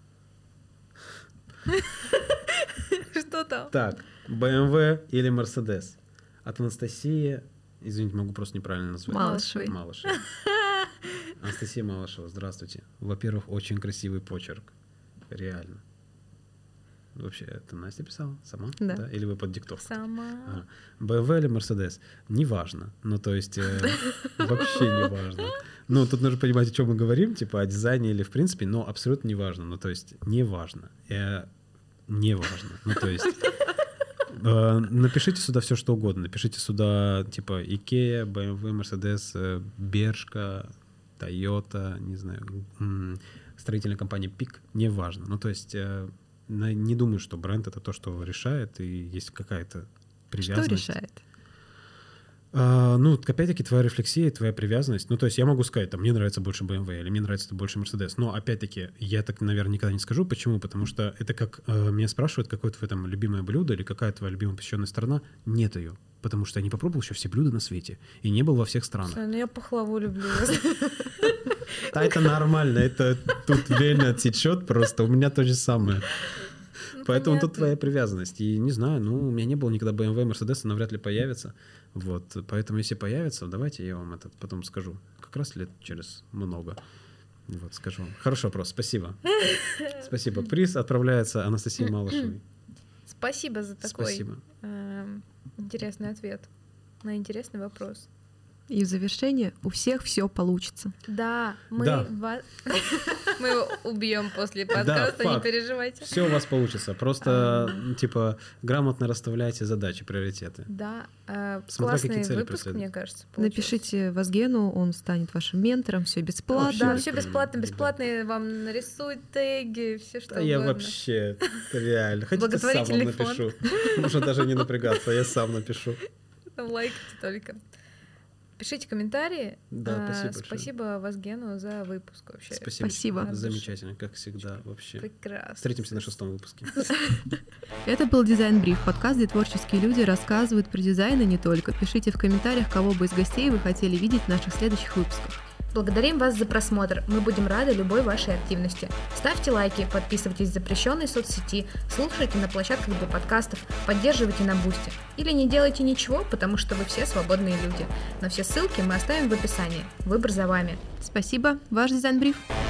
Что там? так, бэ эм вэ или Mercedes? От Анастасии, извините, могу просто неправильно назвать. Малышевой. Малышева. Анастасия Малышева, здравствуйте. Во-первых, очень красивый почерк. Реально. Вообще, это Настя писала сама? Да. Или вы под диктовку? Сама. А, бэ эм вэ или Mercedes? Неважно. Ну, то есть, э, вообще не важно. Ну, тут нужно понимать, о чем мы говорим, типа о дизайне или в принципе, но абсолютно не важно. Ну, то есть, не важно. Э, не важно. Ну, то есть, э, напишите сюда все, что угодно. Напишите сюда, типа, Икея, бэ эм вэ, Mercedes, э, Бершка, Toyota, не знаю, м, строительная компания пик. Не важно. Ну, то есть, э, на- не думаю, что бренд — это то, что решает, и есть какая-то Что привязанность. решает? А, ну, опять-таки, твоя рефлексия, твоя привязанность. Ну, то есть я могу сказать, там, мне нравится больше бэ эм вэ или мне нравится больше Mercedes. Но, опять-таки, я так, наверное, никогда не скажу. Почему? Потому что это как э, меня спрашивают, какое твое там любимое блюдо или какая твоя любимая посещенная страна. Нет ее. Потому что я не попробовал еще все блюда на свете. И не был во всех странах. Слушай, ну я пахлаву люблю. Да, это нормально. Это тут вельно течет просто. У меня то же самое. Ну, Поэтому тут понятно. твоя привязанность. И не знаю, ну, у меня не было никогда бэ эм вэ, Mercedes, навряд ли появится. Вот. Поэтому, если появится, давайте я вам это потом скажу. Как раз лет через много. Вот, скажу вам. Хороший вопрос, спасибо. Спасибо. Приз отправляется Анастасии Малышевой. Спасибо за такой Спасибо. эм, интересный ответ на интересный вопрос. И в завершение у всех все получится. Да, мы, Да. ва- мы его убьем после подкаста, не факт. переживайте. Все у вас получится. Просто, типа, грамотно расставляйте задачи, приоритеты. Да, э, Смотря классный какие цели выпуск, преследуют. мне кажется. получился. Напишите Вазгену, он станет вашим ментором, все бесплатно. Вообще Да, без все проблем, бесплатно, ребят. бесплатно вам нарисуют теги, все что Да я угодно. вообще, реально. Хотите, сам вам Благотворительный фонд. напишу. Можно даже не напрягаться, я сам напишу. Там лайкайте только. Пишите комментарии. Да, А, спасибо большое. Спасибо Вазгену за выпуск вообще. Спасибо. Спасибо. Замечательно, как всегда, вообще. Прекрасно. Встретимся на шестом выпуске. Это был Дизайн Бриф, подкаст, где творческие люди рассказывают про дизайн и не только. Пишите в комментариях, кого бы из гостей вы хотели видеть в наших следующих выпусках. Благодарим вас за просмотр. Мы будем рады любой вашей активности. Ставьте лайки, подписывайтесь в запрещенной соцсети, слушайте на площадках для подкастов, поддерживайте на Бусти. Или не делайте ничего, потому что вы все свободные люди. Но все ссылки мы оставим в описании. Выбор за вами. Спасибо, ваш Дизайн Бриф.